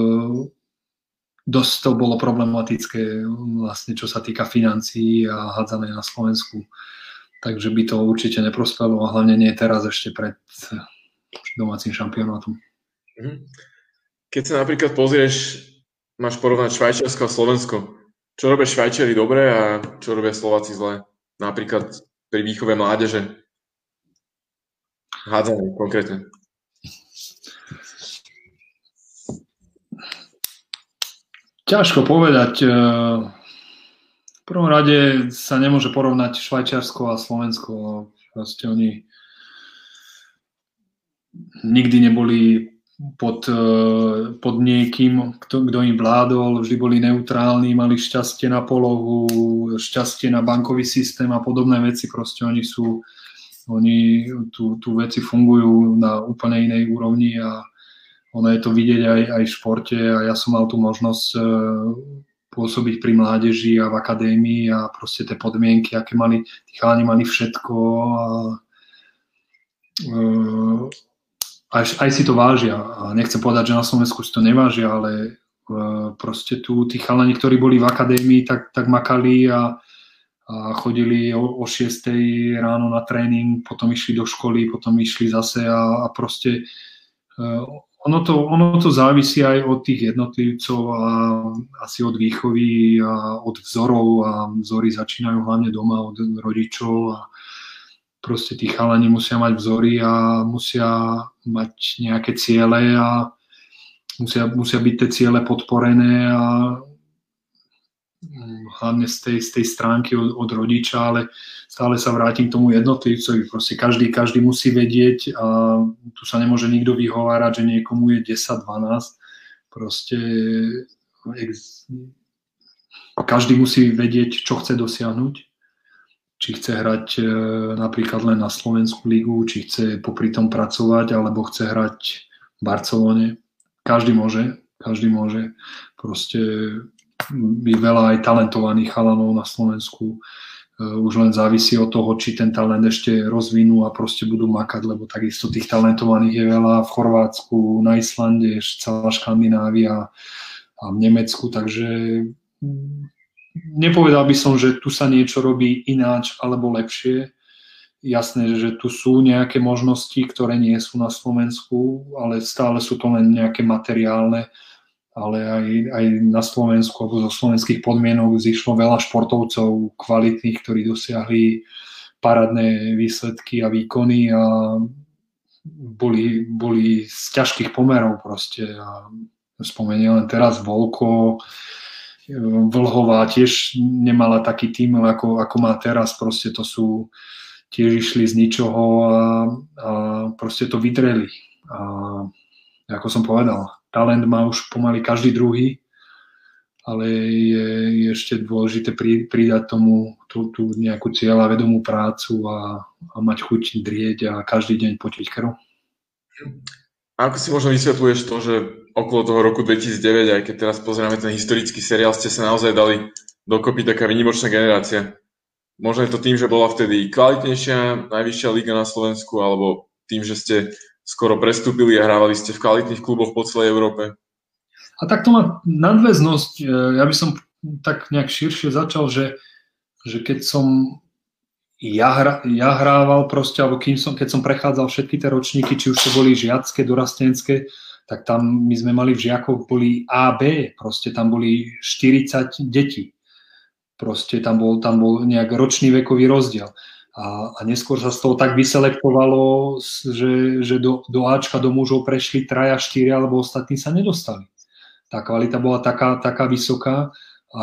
dosť to bolo problematické, vlastne, čo sa týka financií a hádzanej na Slovensku. Takže by to určite neprospelo, a hlavne nie teraz ešte pred domácim šampionátom. Keď sa napríklad pozrieš, máš porovnať Švajčiarsko a Slovensko, čo robia Švajčiari dobre a čo robia Slováci zle? Napríklad pri výchove mládeže. Hádzanie konkrétne. Ťažko povedať. V prvom rade sa nemôže porovnať Švajčiarsko a Slovensko. Proste oni nikdy neboli pod, pod niekým, kto, kto im vládol, vždy boli neutrálni, mali šťastie na polohu, šťastie na bankový systém a podobné veci. Proste oni sú, oni tu, tu veci fungujú na úplne inej úrovni a ono je to vidieť aj, aj v športe a ja som mal tú možnosť pôsobiť pri mládeži a v akadémii a proste tie podmienky, aké mali, tí chalani mali všetko a uh, Aj, aj si to vážia. A nechcem povedať, že na Slovensku si to nevážia, ale uh, proste tu tí chalani, ktorí boli v akadémii, tak, tak makali a, a chodili o, o šiestej ráno na tréning, potom išli do školy, potom išli zase a, a proste uh, ono, to, ono to závisí aj od tých jednotlivcov a asi od výchovy a od vzorov a vzory začínajú hlavne doma od rodičov a proste tí chalani musia mať vzory a musia mať nejaké ciele a musia, musia byť tie ciele podporené a hlavne z tej, z tej stránky od, od rodiča, ale stále sa vrátim k tomu jednotlivcovi. Proste každý, každý musí vedieť a tu sa nemôže nikto vyhovárať, že niekomu je desať dvanásť. Proste každý musí vedieť, čo chce dosiahnuť. Či chce hrať e, napríklad len na Slovenskú ligu, či chce popri tom pracovať, alebo chce hrať v Barcelone. Každý môže, každý môže. Proste je veľa aj talentovaných chalanov na Slovensku. E, už len závisí od toho, či ten talent ešte rozvinú a proste budú makať, lebo takisto tých talentovaných je veľa v Chorvátsku, na Islande, celá Škandinávia a v Nemecku, takže nepovedal by som, že tu sa niečo robí ináč alebo lepšie. Jasné, že tu sú nejaké možnosti, ktoré nie sú na Slovensku, ale stále sú to len nejaké materiálne, ale aj, aj na Slovensku alebo zo slovenských podmienok zišlo veľa športovcov kvalitných, ktorí dosiahli parádne výsledky a výkony a boli, boli z ťažkých pomerov proste. A spomeniem len teraz Volko, Vlhová tiež nemala taký tím, ako, ako má teraz, proste to sú, tiež išli z ničoho a, a proste to vydreli. A ako som povedal, talent má už pomaly každý druhý, ale je, je ešte dôležité pri, pridať tomu tú, tú nejakú cieľavedomú prácu a, a mať chuť drieť a každý deň potiť krv. Ako si možno vysvetľuješ to, že okolo toho roku dvetisícdeväť, aj keď teraz pozeráme ten historický seriál, ste sa naozaj dali dokopy taká výnimočná generácia? Možno je to tým, že bola vtedy kvalitnejšia, najvyššia liga na Slovensku, alebo tým, že ste skoro prestúpili a hrávali ste v kvalitných kluboch po celej Európe? A tak to má nadväznosť. Ja by som tak nejak širšie začal, že, že keď som Ja, hra, ja hrával proste, alebo kým som, keď som prechádzal všetky tie ročníky, či už to boli žiacké, dorastenské, tak tam my sme mali v žiakoch, boli á bé, proste tam boli štyridsať detí. Proste tam bol, tam bol nejak ročný vekový rozdiel. A, a neskôr sa z toho tak vyselektovalo, že, že do, do Ačka, do mužov prešli traja, štyri, alebo ostatní sa nedostali. Tá kvalita bola taká, taká vysoká a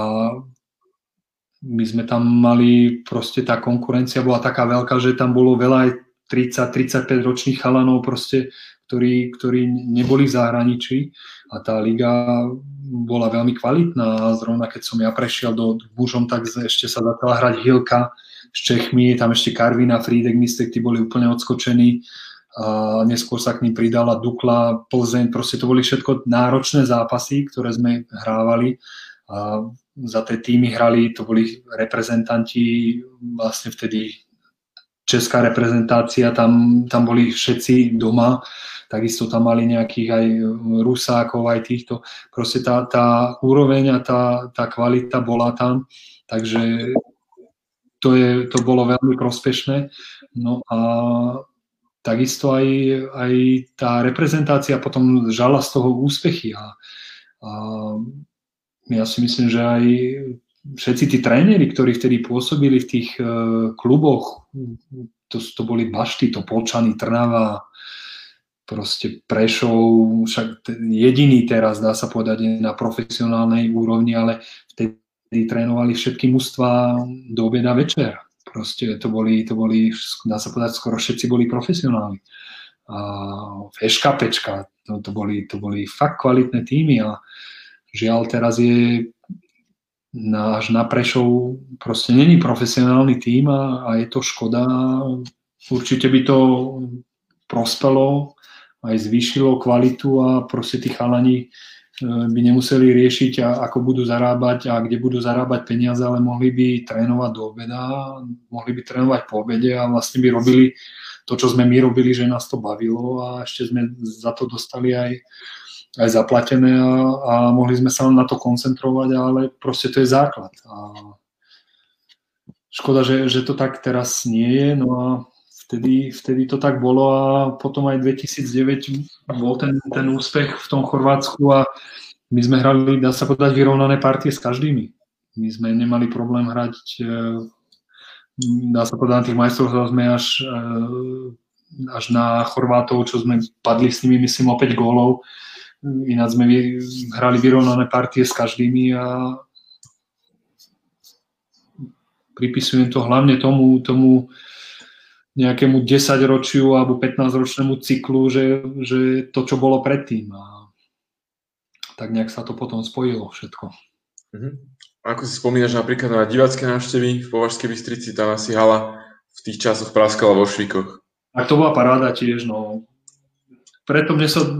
my sme tam mali, proste tá konkurencia bola taká veľká, že tam bolo veľa aj tridsať tridsaťpäť ročných chalanov, proste, ktorí, ktorí neboli v zahraničí a tá liga bola veľmi kvalitná a zrovna keď som ja prešiel do mužom, tak ešte sa začala hrať Hilka s Čechmi, tam ešte Karvin a Frídek Mistek, tí boli úplne odskočení a neskôr sa k ním pridala Dukla, Plzeň, proste to boli všetko náročné zápasy, ktoré sme hrávali a za tie týmy hrali, to boli reprezentanti, vlastne vtedy česká reprezentácia, tam, tam boli všetci doma, takisto tam mali nejakých aj Rusákov, aj týchto, proste tá, tá úroveň a tá, tá kvalita bola tam, takže to, je, to bolo veľmi prospešné. No a takisto aj, aj tá reprezentácia potom žala z toho úspechy a, a ja si myslím, že aj všetci tí tréneri, ktorí vtedy pôsobili v tých uh, kluboch, to, to boli Bašty, to Polčany, Trnava, proste Prešov, však jediný teraz, dá sa povedať, na profesionálnej úrovni, ale vtedy trénovali všetky mužstvá do obeda večer. Proste to boli, to boli, dá sa povedať, skoro všetci boli profesionáli. A eškapečka, to, to, boli, to boli fakt kvalitné týmy a žiaľ teraz je na, až na Prešov proste není profesionálny tím a, a je to škoda. Určite by to prospelo, aj zvýšilo kvalitu a proste tí chalani by nemuseli riešiť, ako budú zarábať a kde budú zarábať peniaze, ale mohli by trénovať do obeda, mohli by trénovať po obede a vlastne by robili to, čo sme my robili, že nás to bavilo a ešte sme za to dostali aj, aj zaplatené a, a mohli sme sa na to koncentrovať, ale proste to je základ. A škoda, že, že to tak teraz nie je, no a Vtedy, vtedy to tak bolo a potom aj dvetisícdeväť bol ten, ten úspech v tom Chorvátsku a my sme hrali, dá sa povedať, vyrovnané partie s každými. My sme nemali problém hrať, dá sa povedať, na tých majstrovstvách sme až, až na Chorvátov, čo sme padli s nimi, myslím, o päť gólov. Ináč sme hrali vyrovnané partie s každými a pripisujem to hlavne tomu, tomu nejakému desaťročiu alebo pätnásťročnému cyklu, že, že to, čo bolo predtým. A tak nejak sa to potom spojilo všetko. Uh-huh. Ako si spomínaš napríklad na divácké návštevy v Považskej Bystrici, tam asi hala v tých časoch praskala vo švíkoch. Tak to bola paráda tiež, no. Preto mne sa...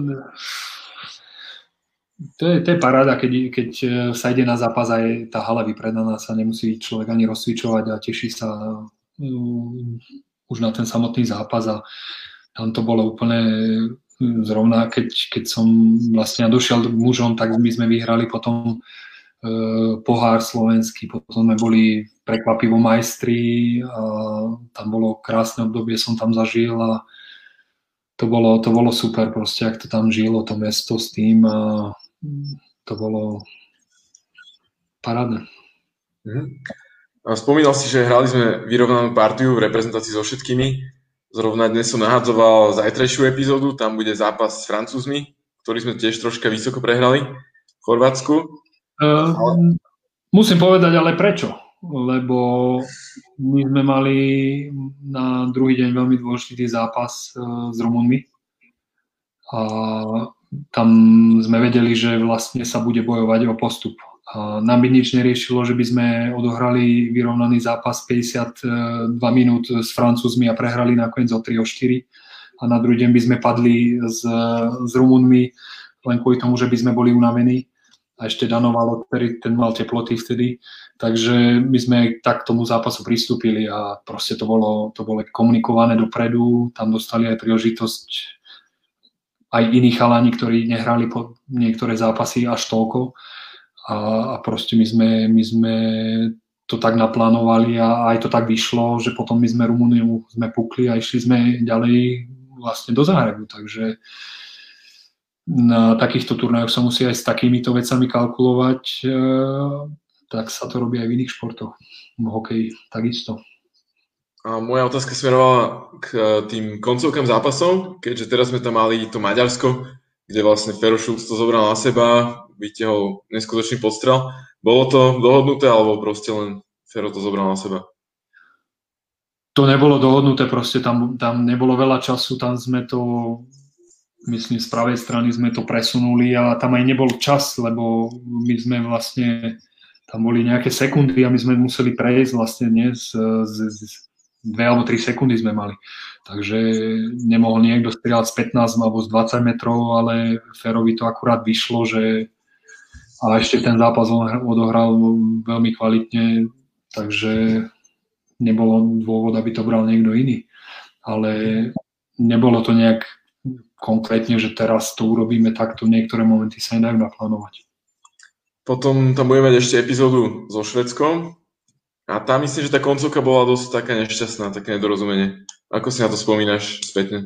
To je, to je paráda, keď, keď sa ide na zápas a je tá hala vypredaná, sa nemusí človek ani rozcvičovať a teší sa um, už na ten samotný zápas a tam to bolo úplne zrovna, keď, keď som vlastne došiel k mužom, tak my sme vyhrali potom e, pohár slovenský, potom sme boli prekvapivo majstri a tam bolo krásne obdobie, som tam zažil a to bolo, to bolo super proste, ak to tam žilo, to mesto s tým a to bolo parádne. Mhm. Spomínal si, že hrali sme vyrovnanú partiu v reprezentácii so všetkými. Zrovna dnes som nahadzoval zajtrajšiu epizódu, tam bude zápas s Francúzmi, ktorý sme tiež troška vysoko prehrali v Chorvátsku. Uh, ale... Musím povedať, ale prečo? Lebo my sme mali na druhý deň veľmi dôležitý zápas uh, s Rumunmi. A tam sme vedeli, že vlastne sa bude bojovať o postup. A nám by nič neriešilo, že by sme odohrali vyrovnaný zápas päťdesiatdva minút s Francúzmi a prehrali nakoniec o tri o štyri. A na druhý deň by sme padli s, s Rumunmi len kvôli tomu, že by sme boli unavení. A ešte Danovalo, ktorý ten mal teploty vtedy. Takže my sme tak k tomu zápasu pristúpili a proste to bolo, to bolo komunikované dopredu. Tam dostali aj príležitosť aj iní chalani, ktorí nehrali po niektoré zápasy až toľko. A, a proste my sme, my sme to tak naplánovali a aj to tak vyšlo, že potom my sme Rumuniu sme pukli a išli sme ďalej vlastne do Záhrebu. Takže na takýchto turnajoch sa musí aj s takýmito vecami kalkulovať, e, tak sa to robí aj v iných športoch. V hokeji takisto. A moja otázka smerovala k tým koncovkám zápasov, keďže teraz sme tam mali to Maďarsko, kde vlastne Fero Šulc to zobral na seba, vytiahol neskutočný podstrel. Bolo to dohodnuté, alebo proste len Fero to zobral na seba? To nebolo dohodnuté, proste tam, tam nebolo veľa času, tam sme to, myslím, z pravej strany sme to presunuli a tam aj nebol čas, lebo my sme vlastne, tam boli nejaké sekundy a my sme museli prejsť vlastne nie, z, z, z dve alebo tri sekundy sme mali. Takže nemohol niekto strieľať z pätnásť alebo z dvadsať metrov, ale Ferovi to akurát vyšlo, že a ešte ten zápas on odohral veľmi kvalitne, takže nebolo dôvod, aby to bral niekto iný. Ale nebolo to nejak konkrétne, že teraz to urobíme takto, niektoré momenty sa nedajú naplánovať. Potom tam budeme mať ešte epizódu so Švédskom a tam myslím, že tá koncovka bola dosť taká nešťastná, také nedorozumenie. Ako si na to spomínaš spätne?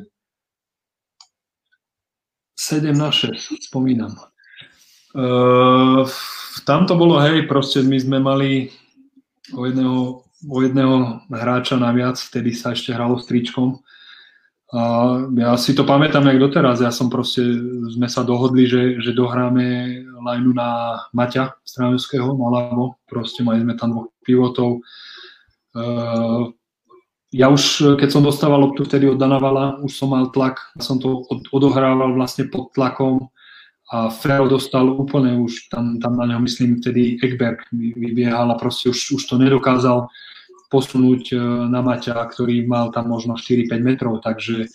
sedem na šesť spomínam. Uh, tam to bolo, hej, proste my sme mali o jedného, o jedného hráča naviac, vtedy sa ešte hralo s tričkom. A ja si to pamätám jak doteraz, ja som proste, sme sa dohodli, že, že dohráme lineu na Maťa Stráňovského na ľavo, proste mali sme tam dvoch pivotov. Uh, ja už, keď som dostával loptu vtedy od Danavala, už som mal tlak, som to od, odohrával vlastne pod tlakom a Fero dostal úplne už, tam, tam na neho myslím vtedy Ekberg vybiehal a proste už, už to nedokázal posunúť na Maťa, ktorý mal tam možno štyri päť metrov, takže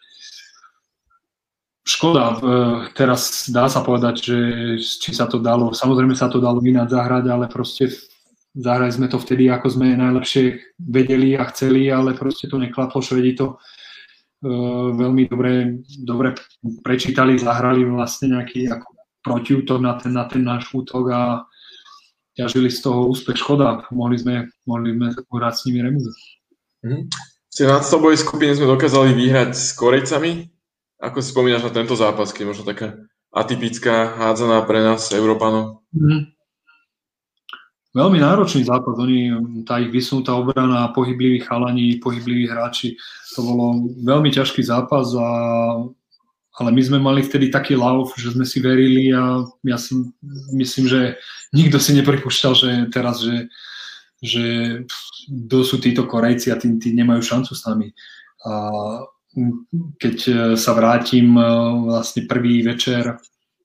škoda, teraz dá sa povedať, že či sa to dalo, samozrejme sa to dalo ináč zahrať, ale proste zahrali sme to vtedy, ako sme najlepšie vedeli a chceli, ale proste to neklaplo, Švedi to uh, veľmi dobre, dobre prečítali, zahrali vlastne nejaký ako protiútok na ten, na ten náš útok a ťažili z toho úspech, škoda. Mohli sme, mohli sme hrať s nimi remízu. Mm-hmm. V tej nadstavbovej skupine sme dokázali vyhrať s Korejcami. Ako si spomínaš na tento zápas, keď možno taká atypická hádzaná pre nás, Európanov? Mm-hmm. Veľmi náročný zápas. Oni, tá ich vysunutá obrana, pohybliví chalani, pohybliví hráči. To bolo veľmi ťažký zápas, a, ale my sme mali vtedy taký lauf, že sme si verili a ja si myslím, že nikto si nepripúšťal, že teraz, že, že kto sú títo Korejci a tí, tí nemajú šancu s nami. A keď sa vrátim vlastne prvý večer,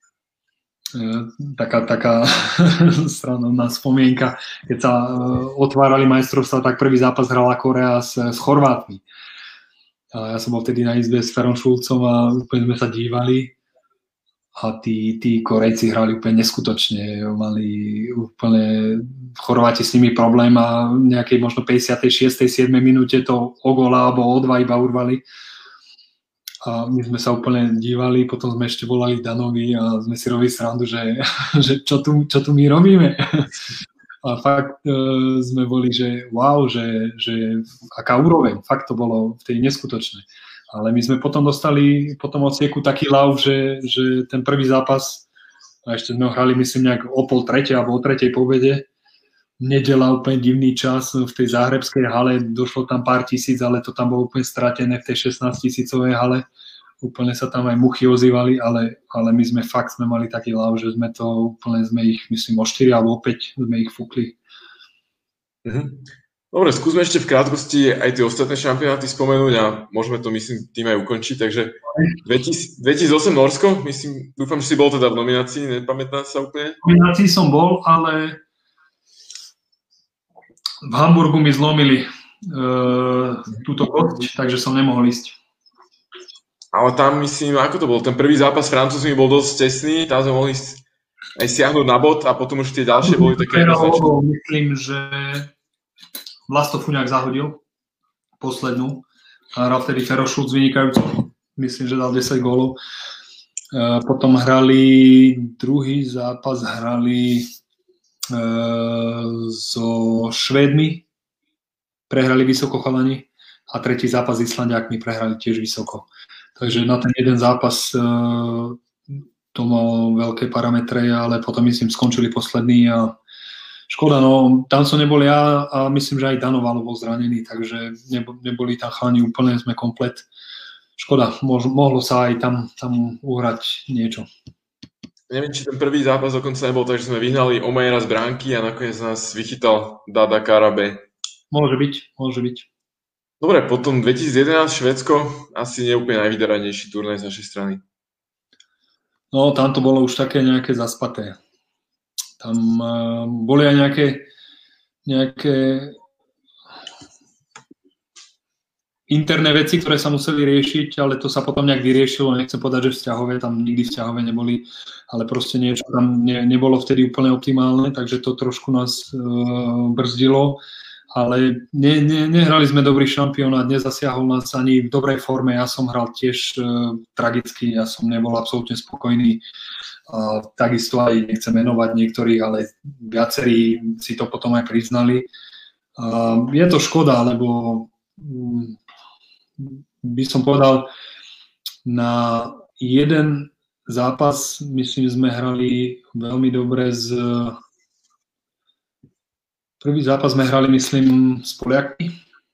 taká, taká stranná spomienka, keď sa otvárali majstrovstvá, tak prvý zápas hrala Korea s, s Chorvátmi. A ja som bol vtedy na izbe s Ferom Šulcom a úplne sme sa dívali a tí, tí Korejci hrali úplne neskutočne. Mali úplne Chorváti s nimi problém a v nejakej možno päťdesiatej šiestej siedmej minúte to o gola alebo o dva iba urvali. A my sme sa úplne dívali, potom sme ešte volali Danovi a sme si robili srandu, že, že čo, tu, čo tu my robíme. A fakt e, sme boli, že wow, že, že aká úroveň, fakt to bolo v tej neskutočnej. Ale my sme potom dostali po tom odsieku taký lauf, že, že ten prvý zápas, a ešte sme ho hrali myslím nejak o pol tretej alebo o tretej pobede, nedela, úplne divný čas v tej záhrebskej hale, došlo tam pár tisíc, ale to tam bolo úplne stratené v tej šestnásťtisícovej hale, úplne sa tam aj muchy ozývali, ale, ale my sme fakt sme mali taký lav, že sme to úplne, sme ich, myslím, o štyri alebo o päť sme ich fúkli. Mhm. Dobre, skúsme ešte v krátkosti aj tie ostatné šampionáty spomenúť a môžeme to, myslím, tým aj ukončiť, takže dvetisícosem Norsko, myslím, dúfam, že si bol teda v nominácii, nepamätám sa úplne. V nominácii som bol, ale v Hamburgu mi zlomili uh, túto kosť, takže som nemohol ísť. Ale tam, myslím, ako to bol? Ten prvý zápas s Francúzmi bol dosť tesný, tam sme mohli aj siahnuť na bod a potom už tie ďalšie boli také... Myslím, že Vlasto Fuňák zahodil poslednú. Hral vtedy Fero Šulc vynikajúco. Myslím, že dal desať gólov. Uh, potom hrali druhý zápas, hrali so Švédmi, prehrali vysoko chalani a tretí zápas s Islandiákmi prehrali tiež vysoko. Takže na ten jeden zápas to malo veľké parametre, ale potom myslím skončili poslední a škoda, no tam som nebol ja a myslím, že aj Danovalo bol zranený, takže neboli tam chalani úplne, sme komplet. Škoda, mohlo sa aj tam, tam uhrať niečo. Neviem, či ten prvý zápas dokonca nebol, takže sme vyhnali Omejera z bránky a nakoniec nás vychytal Dada Karabe. Môže byť, môže byť. Dobre, potom dvetisícjedenásť Švédsko, asi neúplne najvydaranejší turnaj z našej strany. No, tam to bolo už také nejaké zaspaté. Tam uh, boli aj nejaké, nejaké interné veci, ktoré sa museli riešiť, ale to sa potom nejak vyriešilo. Nechcem povedať, že vzťahové, tam nikdy vzťahové neboli, ale proste niečo tam ne, nebolo vtedy úplne optimálne, takže to trošku nás uh, brzdilo. Ale ne, ne, nehrali sme dobrý šampionát, nezasiahol nás ani v dobrej forme. Ja som hral tiež uh, tragicky, ja som nebol absolútne spokojný. Uh, takisto aj nechcem menovať niektorých, ale viacerí si to potom aj priznali. Uh, je to škoda, lebo um, by som povedal, na jeden zápas, myslím, sme hrali veľmi dobre z... Prvý zápas sme hrali, myslím, s Poliakmi.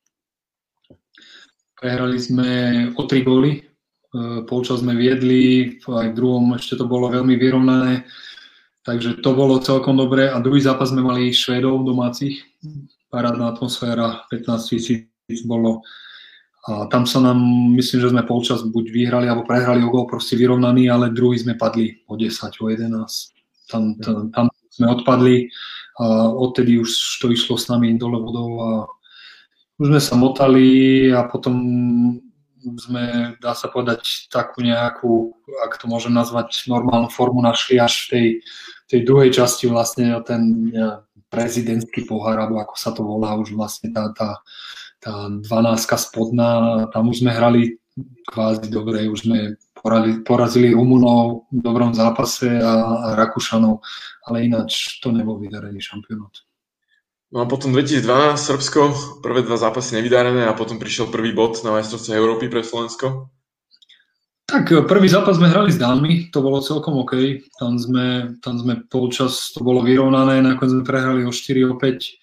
Prehrali sme o tri góly. Polčas sme viedli, aj v druhom ešte to bolo veľmi vyrovnané. Takže to bolo celkom dobré. A druhý zápas sme mali Švédov domácich. Parádna atmosféra, pätnásť tisíc bolo. A tam sa nám, myslím, že sme polčas buď vyhrali, alebo prehrali o gól, proste vyrovnaný, ale druhý sme padli o desať, o jedenásť. Tam, tam, tam sme odpadli. A odtedy už to išlo s nami dole vodou a už sme sa motali a potom sme, dá sa povedať, takú nejakú, ak to môžem nazvať, normálnu formu našli až v tej, tej druhej časti vlastne ten ja, prezidentský pohár, alebo ako sa to volá, už vlastne tá, tá, tá dvanástka spodná, tam už sme hrali kvázi dobre, už sme porazili, porazili Rumunov v dobrom zápase a, a Rakúšanov, ale ináč to nebol vydarený šampionát. No a potom dvetisícdvanásť Srbsko, prvé dva zápasy nevydarené a potom prišiel prvý bod na majstrovstvách Európy pre Slovensko. Tak prvý zápas sme hrali s Dánmi, to bolo celkom OK, tam sme, tam sme polčas, to bolo vyrovnané, nakoniec sme prehrali o štyri o päť.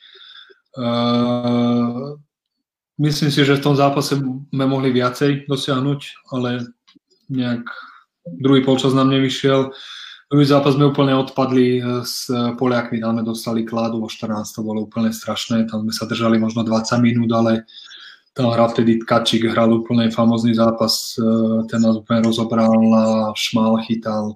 Uh, myslím si, že v tom zápase sme mohli viacej dosiahnuť, ale nejak druhý polčas nám nevyšiel. Druhý zápas sme úplne odpadli s Poliakmi, tam sme dostali kládu o štrnásť, to bolo úplne strašné, tam sme sa držali možno dvadsať minút, ale tam hral vtedy Tkačík, hral úplne famózny zápas, ten nás úplne rozobral a Šmál chytal.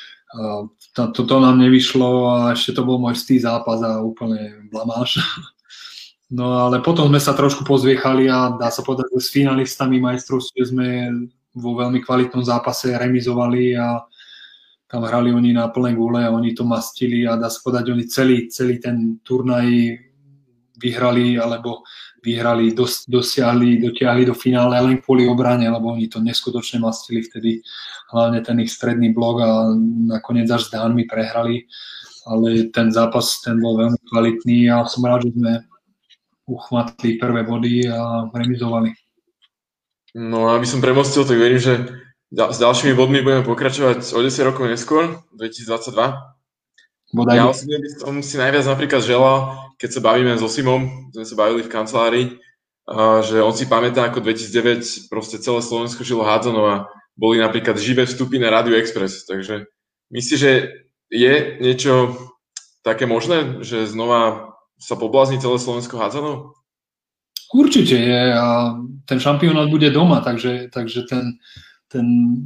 Toto nám nevyšlo a ešte to bol môj stý zápas a úplne blamáž. No ale potom sme sa trošku pozviechali a dá sa povedať, že s finalistami majstrovstiev sme vo veľmi kvalitnom zápase remizovali a tam hrali oni na plné gule a oni to mastili a dá sa povedať, oni celý, celý ten turnaj vyhrali alebo vyhrali, dos, dosiahli, dotiahli do finále len kvôli obrane, lebo oni to neskutočne mastili vtedy, hlavne ten ich stredný blok a nakoniec až s Dánmi prehrali, ale ten zápas, ten bol veľmi kvalitný a som rád, že sme uchmatli prvé body a remizovali. No a aby som premostil, tak verím, že s ďalšími bodmi budeme pokračovať o desať rokov neskôr, dvetisícdvadsaťdva. Bodaj. Ja osobne by som si najviac napríklad želal, keď sa bavíme so Simom, sme sa bavili v kancelárii, že on si pamätá, ako dvetisícdeväť proste celé Slovensko žilo hádzanou a boli napríklad živé vstupy na Radio Express. Takže myslíš, že je niečo také možné, že znova sa poblázni celé Slovensko hádzanou? Určite je a ten šampionát bude doma, takže, takže ten, ten,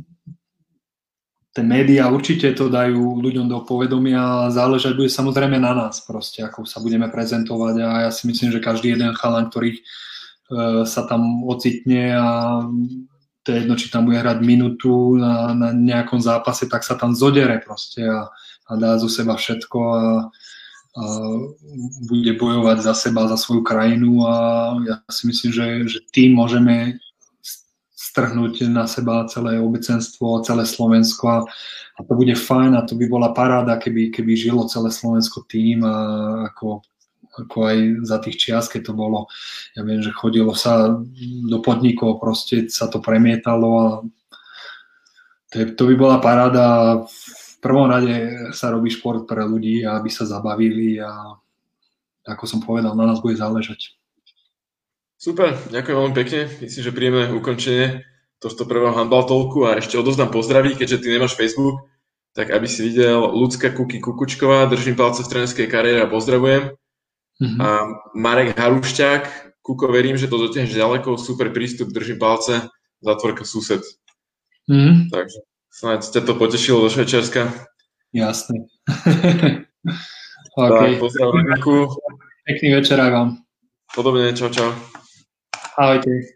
ten média určite to dajú ľuďom do povedomia a záležať bude samozrejme na nás proste, ako sa budeme prezentovať a ja si myslím, že každý jeden chalan, ktorý uh, sa tam ocitne a to je jedno, či tam bude hrať minútu na, na nejakom zápase, tak sa tam zodere proste a, a dá zo seba všetko a a bude bojovať za seba, za svoju krajinu a ja si myslím, že, že tým môžeme strhnúť na seba celé obecenstvo, celé Slovensko a, a to bude fajn a to by bola paráda, keby, keby žilo celé Slovensko tým a ako, ako aj za tých čias, keď to bolo, ja viem, že chodilo sa do podnikov, proste sa to premietalo a to, to by bola paráda. V prvom rade sa robí šport pre ľudí, aby sa zabavili a ako som povedal, na nás bude záležať. Super, ďakujem veľmi pekne. Myslím, že príjemné ukončenie tohto prvého handball talku a ešte odozdám pozdraví, keďže ty nemáš Facebook, tak aby si videl Ľudská Kuky Kukučková, držím palce v trénerskej kariére a pozdravujem. Mm-hmm. A Marek Harušťák, Kuko, verím, že to dotiahneš ďaleko, super prístup, držím palce, zatvorka sused. Mm-hmm. Takže snáď ťa to potešilo do Švajčiarska. Jasné. Okay. Tak, pozdrav Renku. Pekný večer aj vám. Podobne, čau, čau. Ahojte.